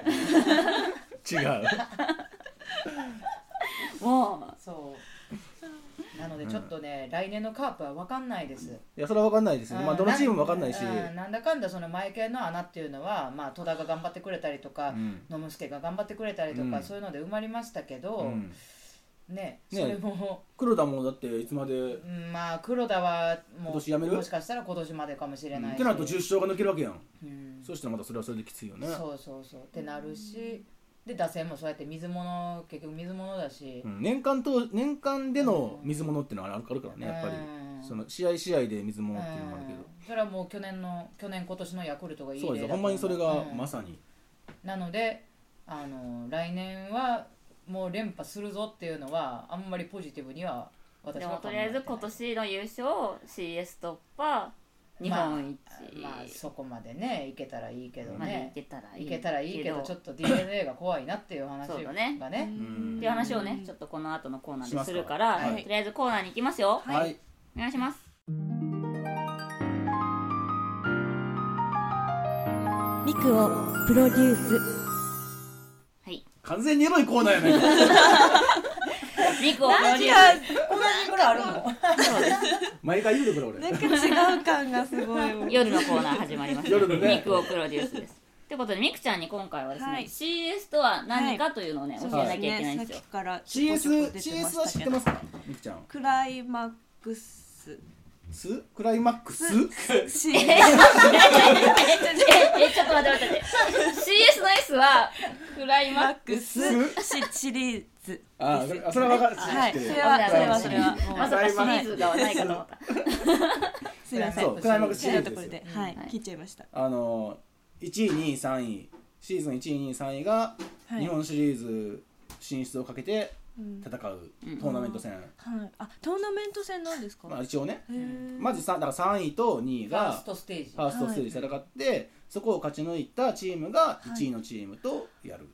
う。 もうそうなのでちょっとね、来年のカープは分かんないです。 いやそれは分かんないですね、まあ、どのチームも分かんないし、 なんだかんだその前系の穴っていうのは、まあ、戸田が頑張ってくれたりとか、野村助が頑張ってくれたりとか、そういうので埋まりましたけど、ね、それも黒田もだっていつまで、 まあ黒田はもう今年やめる、 もしかしたら今年までかもしれないし、 ってなると10勝が抜けるわけやん、そうしたらまたそれはそれできついよね。 そうってなるし、で打線もそうやって結局水物だし、 年間での水物っていうのはあるからね、やっぱりその試合で水物っていうのもあるけど、 それはもう去年今年のヤクルトがいい例だと思う。 そうです、ほんまにそれがまさに、 なので来年はもう連覇するぞっていうのはあんまりポジティブには私は考えてない。 でもとりあえず今年の優勝 CS 突破日本一、 まあそこまでねいけたらいいけどね、 いけたらいいけどちょっちょっと DNA が怖いなっていう話がねっていう話をねちょっとこの後のコーナーでするから、とりあえずコーナーに行きますよ。 はい、 お願いします。 ミクをプロデュース。 完全にエロいコーナーやねミクをプロデュース。 こんなにこれあるの？ そうです。 毎回言うとこれなんか違う感がすごい。 夜のコーナー始まりました。 夜のね、 ミクをプロデュースです。ということでミクちゃんに今回はですね、CS とは何かというのをね、教えなきゃいけないんですよ。 さっきから CS は知ってますか、ミクちゃん。 クライマックス。 クライマックス？ ちょっと待って。CS の S はクライマックスシリーズ。 あ、それは分かる。 はい。それはまさかシリーズがないかと思った。 すみません。 クライマックスシリーズですよ。 はい。聞いちゃいました。 1位、2位、3位、シーズン1位、2位、3位が日本シリーズ進出をかけて戦うトーナメント戦。 あ、トーナメント戦なんですか？ まあ一応ね。まずだから3位と2位がファーストステージ戦ってそこを勝ち抜いたチームが1位のチームとやる。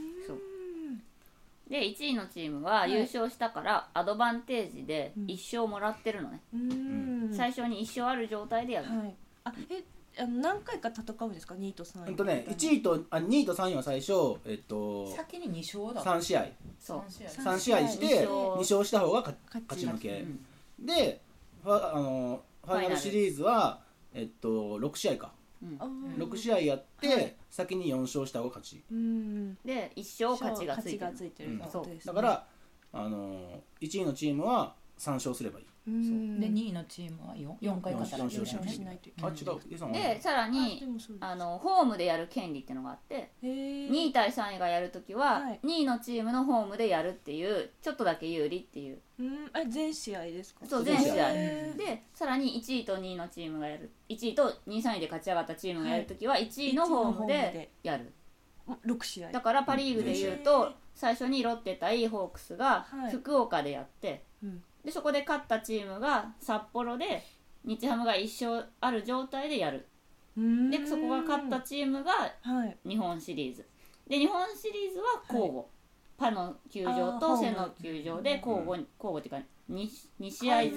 で1位のチームは優勝したからアドバンテージで1勝もらってるのね。最初に1勝ある状態でやる。 何回か戦うんですか？2位と3位。 1位と2位と3位は最初先に2勝だ。 3試合。3試合して2勝した方が勝ち抜け。でファイナルシリーズは6試合か。6試合やって先に4勝した方が勝ち。 で1勝勝ちがついてる。 だから1位のチームは3勝すればいい。 で2位のチームは4回勝たなきゃいけない。 あ、違う。 でさらにホームでやる権利っていうのがあって、2位対3位がやるときは2位のチームのホームでやるっていうちょっとだけ有利っていう。 全試合ですか？ そう、全試合でさらに1位と2位のチームがやる、1位と2位3位で勝ち上がったチームがやるときは1位のホームでやる。 6試合だからパ・リーグでいうと最初にロッテ対ホークスが福岡でやって、でそこで勝ったチームが札幌で日ハムが1勝ある状態でやる。でそこが勝ったチームが日本シリーズで、日本シリーズは交互、パの球場とセの球場で交互っていうか 2試合ずつ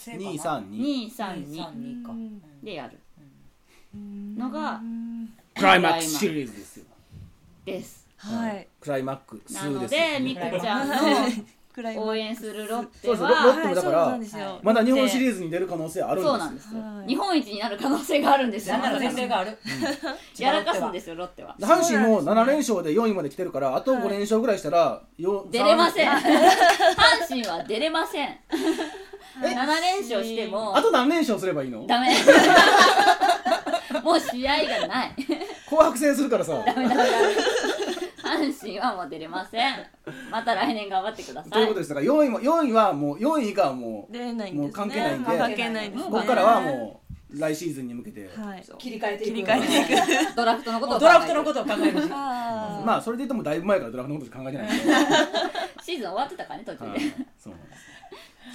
2-3-2でやるのがクライマックスシリーズですよ。 クライマックスです。 なのでミクちゃんの応援するロッテはロッテもだからまだ日本シリーズに出る可能性あるんですよ。 そうなんですよ。日本一になる可能性があるんですよ。 前例がある。 やらかすんですよロッテは。 阪神も7連勝で4位まで来てるからあと5連勝ぐらいしたら出れません。阪神は出れません。7連勝してもあと何連勝すればいいの？ ダメ。もう試合がない。 紅白戦するからさ。 ダメ。阪神はもう出れません。また来年頑張ってください。 ということです。だから4位はもう4位がもうもう関係ないんで、ここからはもう来シーズンに向けて切り替えていく。 ドラフトのことを考える。 まあそれで言ってもだいぶ前からドラフトのこと考えてないんで。 シーズン終わってたからね途中で。 そうなんです。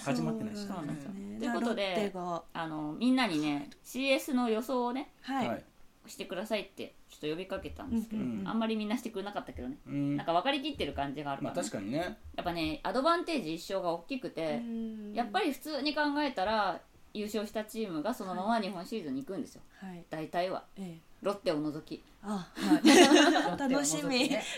始まってないし。 そうなんですよ。ということでみんなにね CS の予想をねしてくださいってちょっと呼びかけたんですけど、あんまりみんなしてくれなかったけどね、なんか分かりきってる感じがあるから、 まあ確かにね。 やっぱねアドバンテージ1勝が大きくて、やっぱり普通に考えたら優勝したチームがそのまま日本シリーズに行くんですよ、大体は、ロッテを除き。 楽しみ。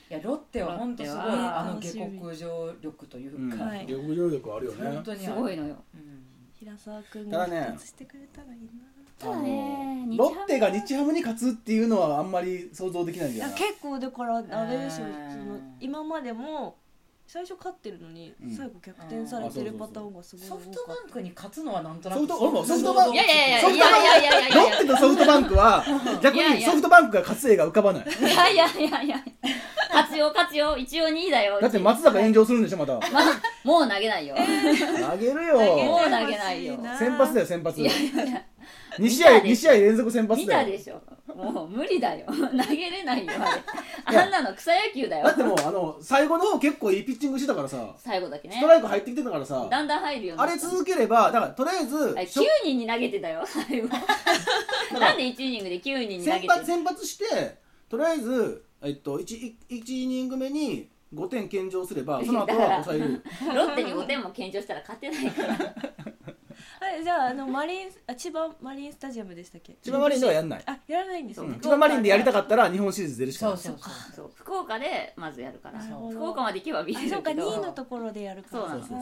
いやロッテは本当すごい下克上力というか、 下克上力あるよね。 本当にすごいのよ。 平沢君が復活してくれたらいいな。 ただね、 ロッテが日ハムに勝つっていうのはあんまり想像できないんだよな。 結構だからあれですよ、今までも最初勝ってるのに最後逆転されてるパターンがすごい多かった。 ソフトバンクに勝つのはなんとなくソフトバンク、 いやロッテとソフトバンクは逆にソフトバンクが勝つ絵が浮かばない。 いや勝つよ、一応2位だよ。 だって松坂炎上するんでしょまた。 もう投げないよ。 投げるよ。 もう投げないよ。 先発だよ先発。2試合連続先発だよ。 見たでしょ。もう無理だよ。投げれないよあれ。あんなの草野球だよ。 だってもう最後の方結構いいピッチングしてたからさ。 最後だけね。 ストライク入ってきてたからさ。 だんだん入るよ。 あれ続ければだからとりあえず 9人に投げてたよ最後。なんで1イニングで9人に投げてる。 先発してとりあえず1イニング目に5点献上すればその後は抑える。 ロッテに5点も献上したら勝てないから。 じゃあ千葉マリンスタジアムでしたっけ？ 千葉マリンではやんない。 やらないんですよ。 千葉マリンでやりたかったら日本シリーズ出るしかない。 そう福岡でまずやるから。福岡まで行けば見れるけど。 そうか2位のところでやるから。 そうなんです。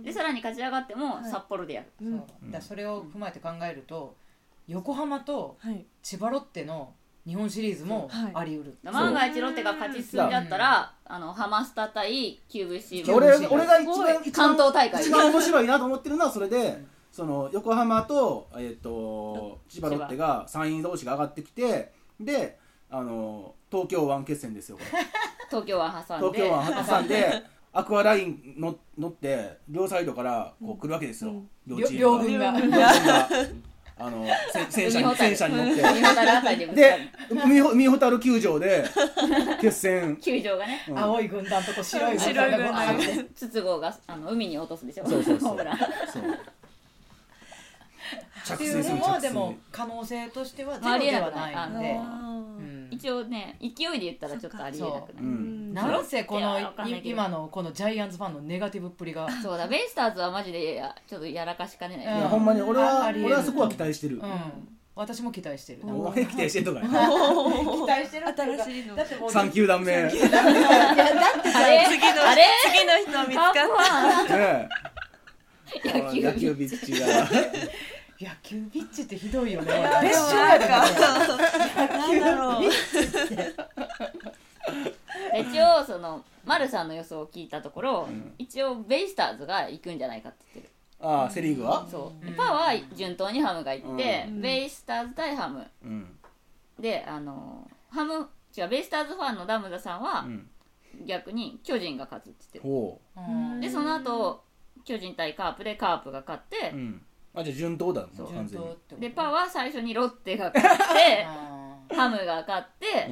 でさらに勝ち上がっても札幌でやる。 それを踏まえて考えると横浜と千葉ロッテの日本シリーズもあり得る。 万が一ロッテが勝ち進んじゃったらハマスタ対キューブシ俺が一番関東大会一番面白いなと思ってるのはそれでその横浜と千葉ロッテが3位同士が上がってきてで東京湾決戦ですよこれ。 東京湾挟んでアクアライン乗って両サイドからこう来るわけですよ。 両軍が戦車に乗ってで海ほたる球場で決戦。 球場がね青い軍団とこ白い軍団が筒香が海に落とすでしょ。 そうっていうのもでも可能性としてはゼロではないんで一応ね勢いで言ったらちょっとありえなくない。なんせこの今のこのジャイアンツファンのネガティブっぷりが。 そうだベイスターズはマジでちょっとやらかしかねない。 いやほんまに俺はそこは期待してる。 私も期待してる。 お前期待してるとか。 期待してる。 新しいの。 だってもう 3球団目。 だってさ次の人見つかった。 野球ビッチが。 野球ビッチってひどいよね。 別所やか。なんだろう。 一応その丸さんの予想を聞いたところ、一応ベイスターズが行くんじゃないかって言ってる。 ああセリーグは？ そうパは順当にハムが行って、ベイスターズ対ハム、でベイスターズファンのダムザさんは、逆に巨人が勝つって言ってる。でその後巨人対カープでカープが勝って、 じゃあ順当だね完全に。でパは最初にロッテが勝ってハムが勝って、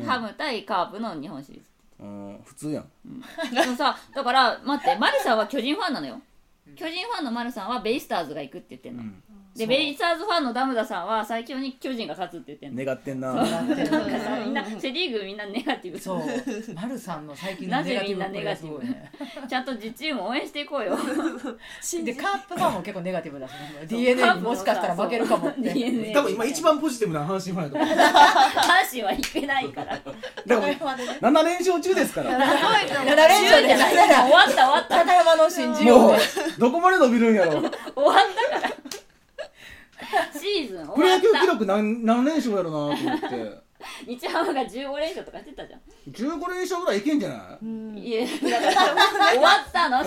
ハム対カープの日本シリーズ。普通やん。 でもさだから待って丸さんは巨人ファンなのよ。巨人ファンの丸さんはベイスターズが行くって言ってんの。でベイスターズファンのダムダさんは最強に巨人が勝つって言ってんの。 願ってんな。 みんなセリーグみんなネガティブ。 そう丸さんの最近のネガティブ。 なぜみんなネガティブ。ちゃんと実チーム応援していこうよ。 でカープファンも結構ネガティブだしね。DNA にもしかしたら負けるかもって。 多分今一番ポジティブな阪神ファンやと思う。 阪神は行ってないから。 だから7連勝中ですから。 7連勝じゃない。 終わった。 高山の新人王。 どこまで伸びるんやろ。終わったから。シーズン終わった。 プロ野球記録何連勝やろなと思って。 日ハムが15連勝とかしてたじゃん。 15連勝ぐらいいけんじゃない？ いやだから終わったの。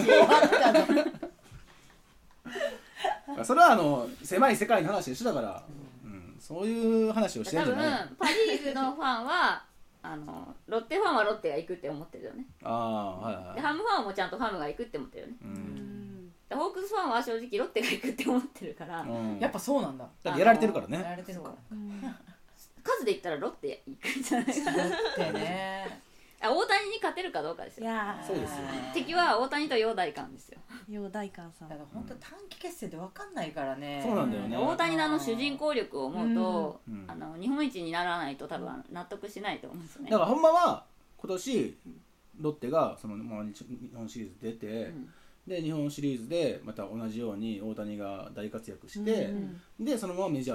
それは狭い世界の話でしょだから、そういう話をしてるんじゃない？ 多分パ・リーグのファンはロッテファンはロッテが行くって思ってるよね。 でハムファンもちゃんとハムが行くって思ってるよね。ホークスファンは正直ロッテが行くって思ってるから、 やっぱそうなんだ。 だってやられてるからね。 やられてるから。 数で言ったらロッテ行くんじゃないかな。 ロッテね。 大谷に勝てるかどうかですよ。 そうですよ。 敵は大谷と陽大館ですよ。 陽大館さん。 だから本当短期決戦で分かんないからね。 そうなんだよね。 大谷の主人公力を思うと、日本一にならないと多分納得しないと思うんですよね。 だからほんまは今年ロッテがその日本シリーズ出て。で日本シリーズでまた同じように大谷が大活躍して、でそのままメジャーですよ。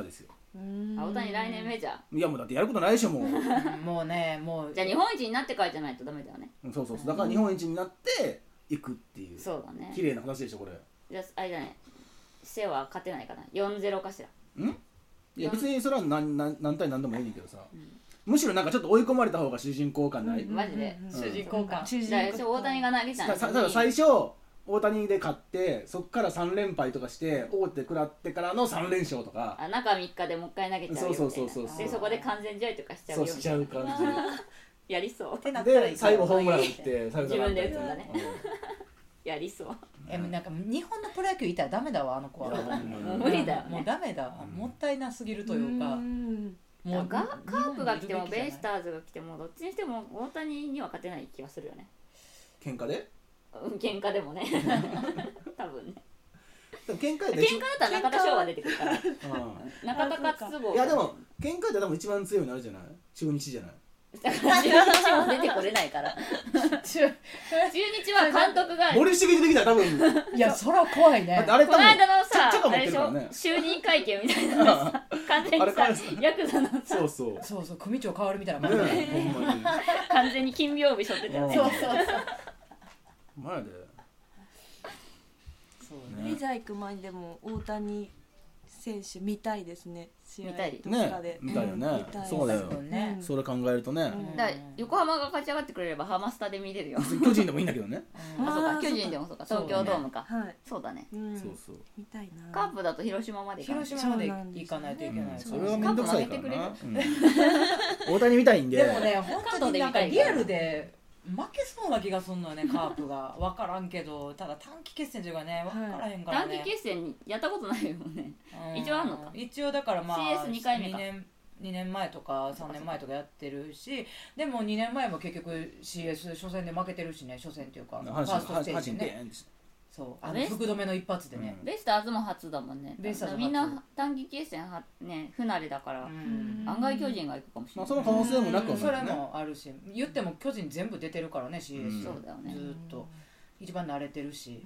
大谷来年メジャー。 いやもうだってやることないでしょもうもうねもうじゃあ日本一になってからじゃないとダメだよね。 そうそうそう、だから日本一になっていくっていう、 そうだね。 綺麗な話でしょこれ。 じゃああれじゃない、背は勝てないかな、4-0かしら。 いや別にそれは何対何でもいいねんけどさ、むしろなんかちょっと追い込まれた方が主人公感ない、 マジで主人公感。 大谷が投げたんただ最初大谷で勝ってそっから3連敗とかして大手食らってからの3連勝とか、 中3日でもう一回投げちゃうよみたいな。 そうでそこで完全試合とかしちゃうよみたいな。 そうしちゃう感やりそうってなったらじで最後ホームラン打って自分で打つんだね。やりそう。 なんか日本のプロ野球いたらダメだわあの子は。 もう無理だよね。 もうダメだ、もったいなすぎるというか。 もうカープが来てもベイスターズが来てもどっちにしても大谷には勝てない気がするよね。 喧嘩で喧嘩でもね多分ね。 喧嘩だったら中田翔が出てくるから中田勝ついやでも喧嘩って多分一番強いのあるじゃない、中日じゃない。 だから中日も出てこれないから中日は監督が森重出てきたら多分いやそら怖いね。 あれこの間のさあれでしょ就任会見みたいなのさ完全にさヤクザのさそう組長変わるみたいな感じでほんまに完全に金屏風背負ってたよね。 そう前でメジャー行く前にでも大谷選手見たいですね。試合とかで見たいよね。そうだよね。それ考えるとね。 だから横浜が勝ち上がってくれればハマスタで見れるよ。 巨人でもいいんだけどね。 あ、そうか、巨人でもそうか、東京ドームか。そうだね。 そうそう。 見たいな。 カープだと広島まで行かないといけない。 それは面倒くさいからな。大谷見たいんで。 でもね、本当になんかリアルで負けそうな気がするのよね、カープが。分からんけど、ただ短期決戦というかね、分からへんからね。 短期決戦やったことないよね。一応あんのか。 一応だからまあ CS2 回目か。 2年前とか3年前とかやってるし、でも2年前も結局 CS 初戦で負けてるしね、初戦っていうかファーストステージでね。そう福留の一発でね。 ベイスターズも初だもんね。みんな短期決戦ね不慣れだから案外巨人が行くかもしれない。 その可能性もなくはないね。 それもあるし、言っても巨人全部出てるからね CS。 そうだよね。 ずっと一番慣れてるし、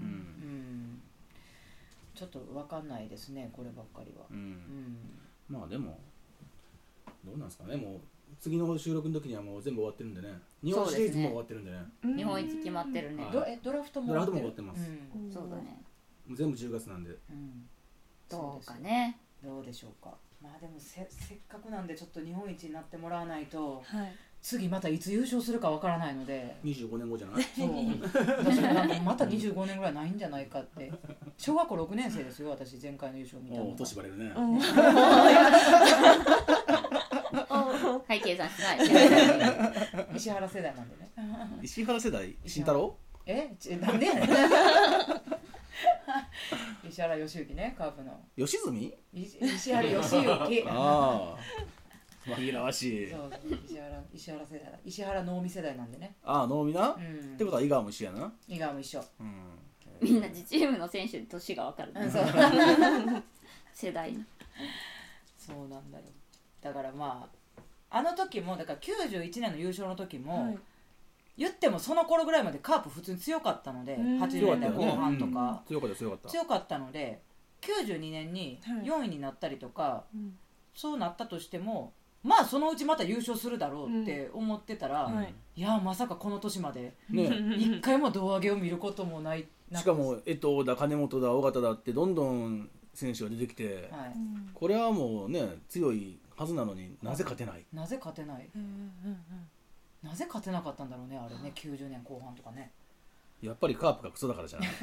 ちょっと分かんないですねこればっかりは。 まあでもどうなんですかね、もう次の収録の時にはもう全部終わってるんでね。日本シリーズも終わってるんでね。 日本一決まってるね。 ドラフトも終わってます。 そうだね。 もう全部10月なんで。 どうかね。 どうでしょうか。まあでもせっかくなんでちょっと日本一になってもらわないと、次またいつ優勝するかわからないので。 25年後じゃない？ そう。私もなんかまた25年ぐらいないんじゃないかって。小学校6年生ですよ、私前回の優勝見たの。 年バレるね。 はい、計算しない。 石原世代なんでね。 石原世代？慎太郎？ なんでやねん。石原良幸ね、カープの。 吉住？ 石原良幸。 ああ。紛らわしい。 そう石原世代だ。石原能見世代なんでね。 ああ、能見な？ってことは井川も一緒やな。 井川も一緒。 みんな自チームの選手で年が分かる。世代。 そうなんだよ。だからまああの時もだから91年の優勝の時も、言ってもその頃ぐらいまでカープ普通に強かったので、80年代後半とか強かったので、92年に4位になったりとか、そうなったとしてもまあそのうちまた優勝するだろうって思ってたら、いやまさかこの年まで一回も胴上げを見ることもない。 しかも江藤だ金本だ尾形だってどんどん選手が出てきて、これはもうね強いはずなのになぜ勝てない。 なぜ勝てない。なぜ勝てなかったんだろうね、あれね。90年後半とかね。 やっぱりカープがクソだからじゃない。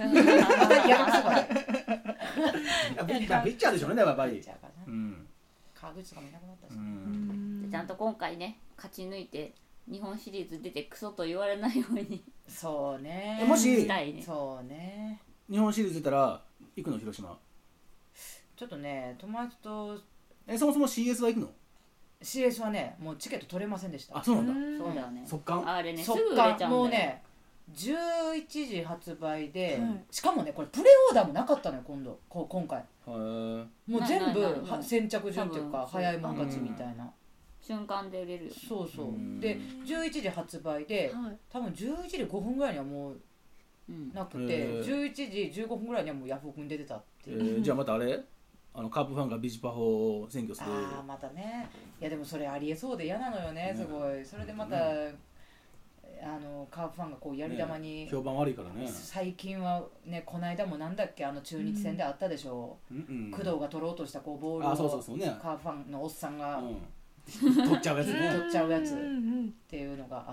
ピッチャーでしょうね、やっぱり。 川口とかもいなくなったし。 ちゃんと今回ね勝ち抜いて日本シリーズ出てクソと言われないように。 そうね。 もしそうね。 日本シリーズ出たら行くの？広島。 ちょっとね友達と。 そもそも CS は行くの ？CS はねもうチケット取れませんでした。 あ、そうなんだ。 そうだよね。 速乾？ あれねすぐ売れちゃうんだよ。 もうね11時発売で、しかもねこれプレオーダーもなかったのよ今回。もう全部先着順っていうか早いもん勝ちみたいな。 瞬間で売れるよね。 そうそう。で11時発売で多分11時5分ぐらいにはもうなくて、11時15分ぐらいにはもうヤフオクに出てたっていう。 じゃあまたあれカープファンがビジパフを占拠する。 ああまたね。いやでもそれありえそうで嫌なのよね、すごい。それでまた、カープファンがこうやり玉に、 評判悪いからね。 最近はね、この間もなんだっけ、中日戦であったでしょ、工藤が取ろうとしたこうボールをカープファンのおっさんが取っちゃうやつね。 取っちゃうやつっていうのがあって、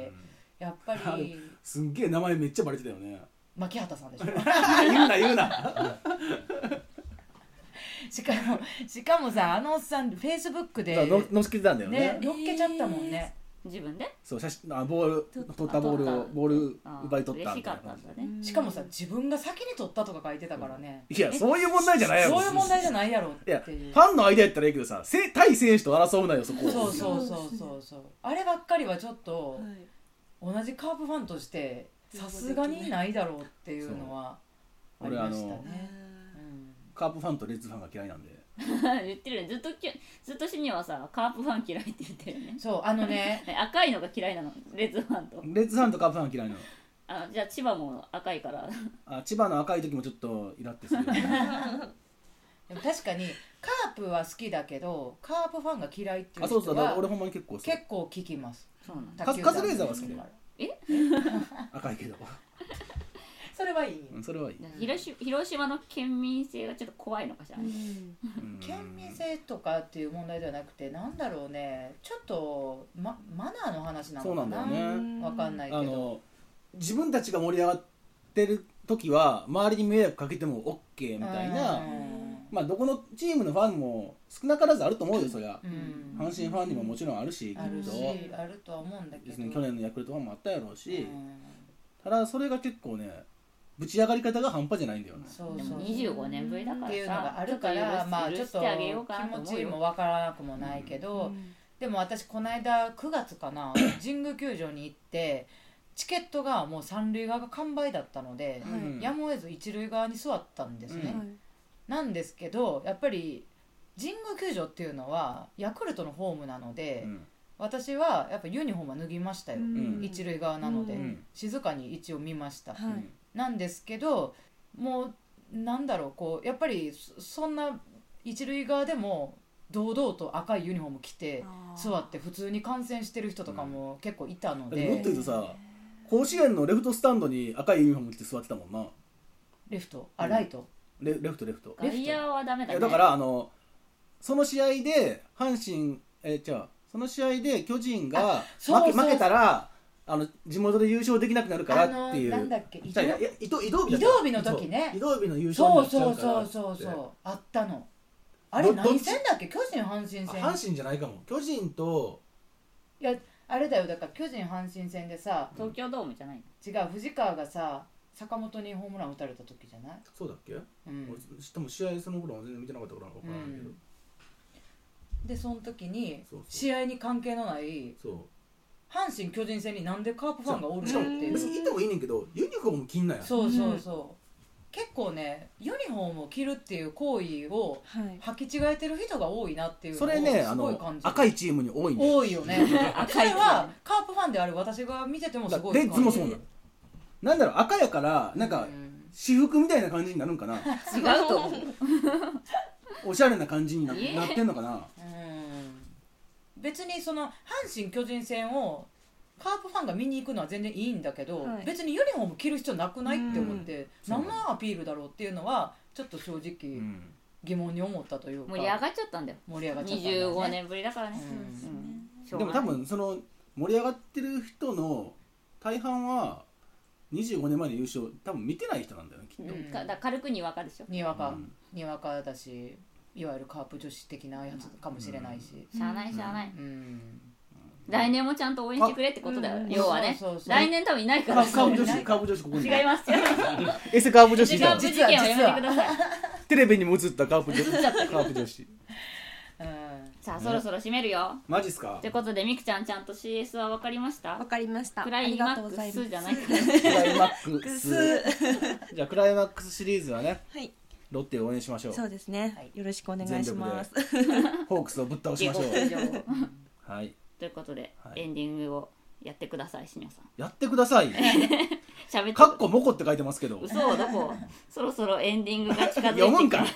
やっぱりすんげえ名前めっちゃバレてたよね。 牧畑さんでしょ。 言うなしかもさ、おっさんフェイスブックでのっけてたんだよね。 のっけちゃったもんね。 自分でそうボール奪い取ったみたいな。 しかもさ、自分が先に取ったとか書いてたからね。 いやそういう問題じゃないやろ。 そういう問題じゃないやろっていう。 いやファンの間やったらいいけどさ、対選手と争うなよそこ。 そうあればっかりはちょっと同じカープファンとしてさすがにないだろうっていうのはありましたね。 カープファンとレッズファンが嫌いなんで言ってるね。ずっとシニアはさ、カープファン嫌いって言ってるよね。 そう赤いのが嫌いなの、レッズファンと。 レッズファンとカープファン嫌いなの。 じゃあ千葉も赤いから千葉の赤い時もちょっとイラってする。 でも確かにカープは好きだけどカープファンが嫌いっていう人はそう俺ほんまに結構聞きます。 カズレーザーは好きだよ。赤いけどそれはいい。 それはいい。 広島の県民性がちょっと怖いのかしらね。 県民性とかっていう問題ではなくて、なんだろうね、ちょっとマナーの話なのかな。そうなんだよね。わかんないけど、 自分たちが盛り上がってる時は周りに迷惑かけても OK みたいな。まあどこのチームのファンも少なからずあると思うよ、そりゃ。阪神ファンにももちろんあるし、 あるとは思うんだけど、 去年のヤクルトファンもあったやろうし、ただそれが結構ね、ぶち上がり方が半端じゃないんだよね。 でも25年ぶりだからさっていうのがあるから、まあちょっと気持ちもわからなくもないけど、でも私この間9月かな、神宮球場に行ってチケットがもう三塁側が完売だったので、やむを得ず一塁側に座ったんですね。なんですけど、やっぱり神宮球場っていうのはヤクルトのホームなので、私はやっぱユニフォームは脱ぎましたよ、一塁側なので、静かに一応見ました、なんですけど、もうなんだろう、こうやっぱりそんな一塁側でも堂々と赤いユニフォーム着て座って普通に観戦してる人とかも結構いたので、 もっと言うとさ、甲子園のレフトスタンドに赤いユニフォーム着て座ってたもんな。 レフトライト、 レフト外野はダメだね。 だからその試合で阪神その試合で巨人が負けたら地元で優勝できなくなるからっていう、 なんだっけ、移動日の時ね、 移動日の優勝になっちゃうからそうあったの。あれ何戦だっけ、巨人阪神戦。 阪神じゃないかも、巨人と、 いやあれだよ、だから巨人阪神戦でさ、 東京ドームじゃないの。 違う、藤川がさ坂本にホームラン打たれた時じゃない。 そうだっけ、でも試合その頃は全然見てなかったから分からないけど、 でその時に試合に関係のない阪神巨人戦になんでカープファンがおるのっていう。 別にいてもいいねんけど、ユニフォーム着んなや。 そう結構ね、ユニフォームを着るっていう行為を履き違えてる人が多いなっていうのをすごい感じる。 赤いチームに多いんだよ。 多いよね。それはカープファンである私が見ててもすごい感じる。 レッズもそうなの。なんだろう、赤やからなんか私服みたいな感じになるんかな。 違うと思う。 おしゃれな感じになってんのかな。 別にその阪神巨人戦をカープファンが見に行くのは全然いいんだけど、別にユニフォーム着る必要なくないって思って、何のアピールだろうっていうのはちょっと正直疑問に思ったというか。 盛り上がっちゃったんだよ。25年ぶりだからね。 でも多分その盛り上がってる人の大半は25年前の優勝多分見てない人なんだよね、きっと。 だ軽くにわかでしょ。 にわかだし、いわゆるカープ女子的なやつかもしれないし、 しゃあない来年もちゃんと応援してくれってことだよ、要はね。来年多分いないから。 カープ女子ここに違いますよ。 エセカープ女子カープ事件はやめてください。 テレビにも映ったカープ女子。 さあそろそろ締めるよ。 マジっすか。 ということでみくちゃん、ちゃんと CS は分かりました？ 分かりました。 クライマックスじゃないか。 クライマックス。じゃあクライマックスシリーズはね、ロッテを応援しましょう。 そうですね、よろしくお願いします。 ホークスをぶっ倒しましょう。はい。 ということでエンディングをやってください、しにょさん。 やってください。 喋ってかっこもこって書いてますけど。 嘘どこ。そろそろエンディングが近づいて読むんか。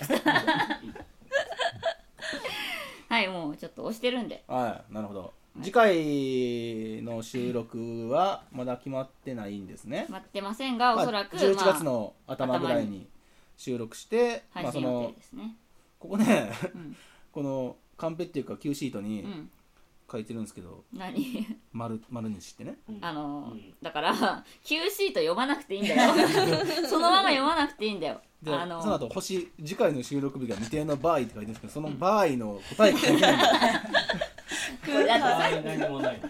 はい、もうちょっと押してるんで。 はい、なるほど。次回の収録はまだ決まってないんですね。 決まってませんが、おそらく 11月の頭ぐらいに収録して、 配信予定ですね。 ここね、このカンペっていうか Q シートに書いてるんですけど、 何丸主ってね、 だから Q シート読まなくていいんだよ。そのまま読まなくていいんだよ。 でその後次回の収録日が未定の場合って書いてるんですけど、その場合の答えが書いてないんだよ。 何もない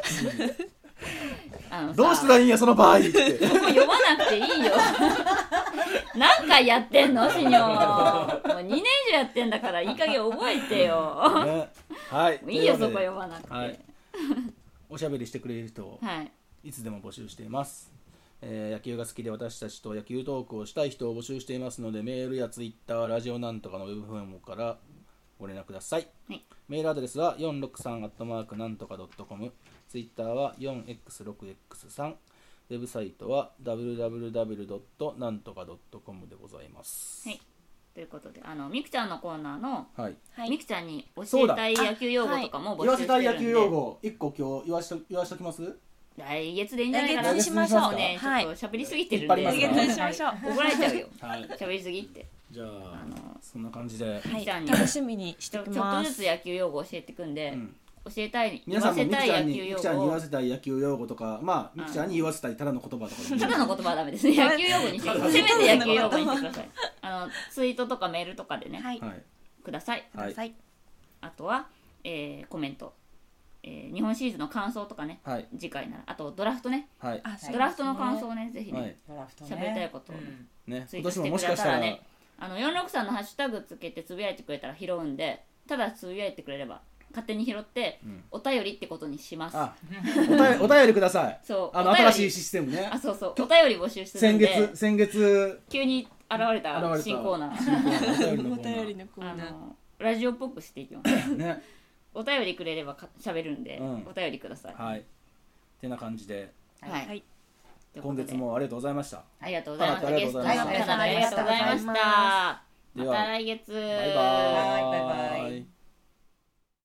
どうしたらいいんやその場合って。 読まなくていいよ。何回やってんのシニョ。もう2年以上やってんだからいい加減覚えてよ。 ね、はい。 いいよそこ読まなくて。 はい、おしゃべりしてくれる人をいつでも募集しています。野球が好きで私たちと野球トークをしたい人を募集していますので、メールやツイッター、ラジオなんとかのウェブフォームからご連絡ください。はい、メールアドレスは463@なんとか .com、 ツイッターは 4x6x3、ウェブサイトは www. なんとか .com でございます。 はい、ということでみくちゃんのコーナーの、 はい、 みくちゃんに教えたい野球用語とかも募集してるんで、 言わせたい野球用語1個今日言わしときます。 来月でいいんじゃないかな。 来月にしましょう。 ね、ちょっと喋りすぎてるんで、 来月にしましょう。 怒られちゃうよ。 はい、 喋りすぎって。 じゃあそんな感じで、 はい、楽しみにしてきます。 ちょっとずつ野球用語教えていくんで、教えたい、 皆さんもみくちゃんに言言わせたい野球用語とか、まあみくちゃんに言わせたいただの言葉とか、 ただの言葉はダメですね。野球用語にしてください。せめて野球用語にしてください。ツイートとかメールとかでね、ください。あとはコメント、日本シリーズの感想とかね、次回なら、あとドラフトね、ドラフトの感想をね、ぜひね、喋りたいことをツイートしてくれたらね、463のハッシュタグつけてつぶやいてくれたら拾うんで、ただつぶやいてくれれば勝手に拾ってお便りってことにします。 お便りください。 そう、 新しいシステムね。 そうそう、お便り募集するんで、 先月急に現れた新コーナー、 お便りのコーナー、 ラジオっぽくしていきますね。お便りくれれば喋るんで、お便りください。 はい。ってな感じで、 はい。 今月もありがとうございました。 ありがとうございました。ゲストの皆さんありがとうございました。また来月。 バイバイ。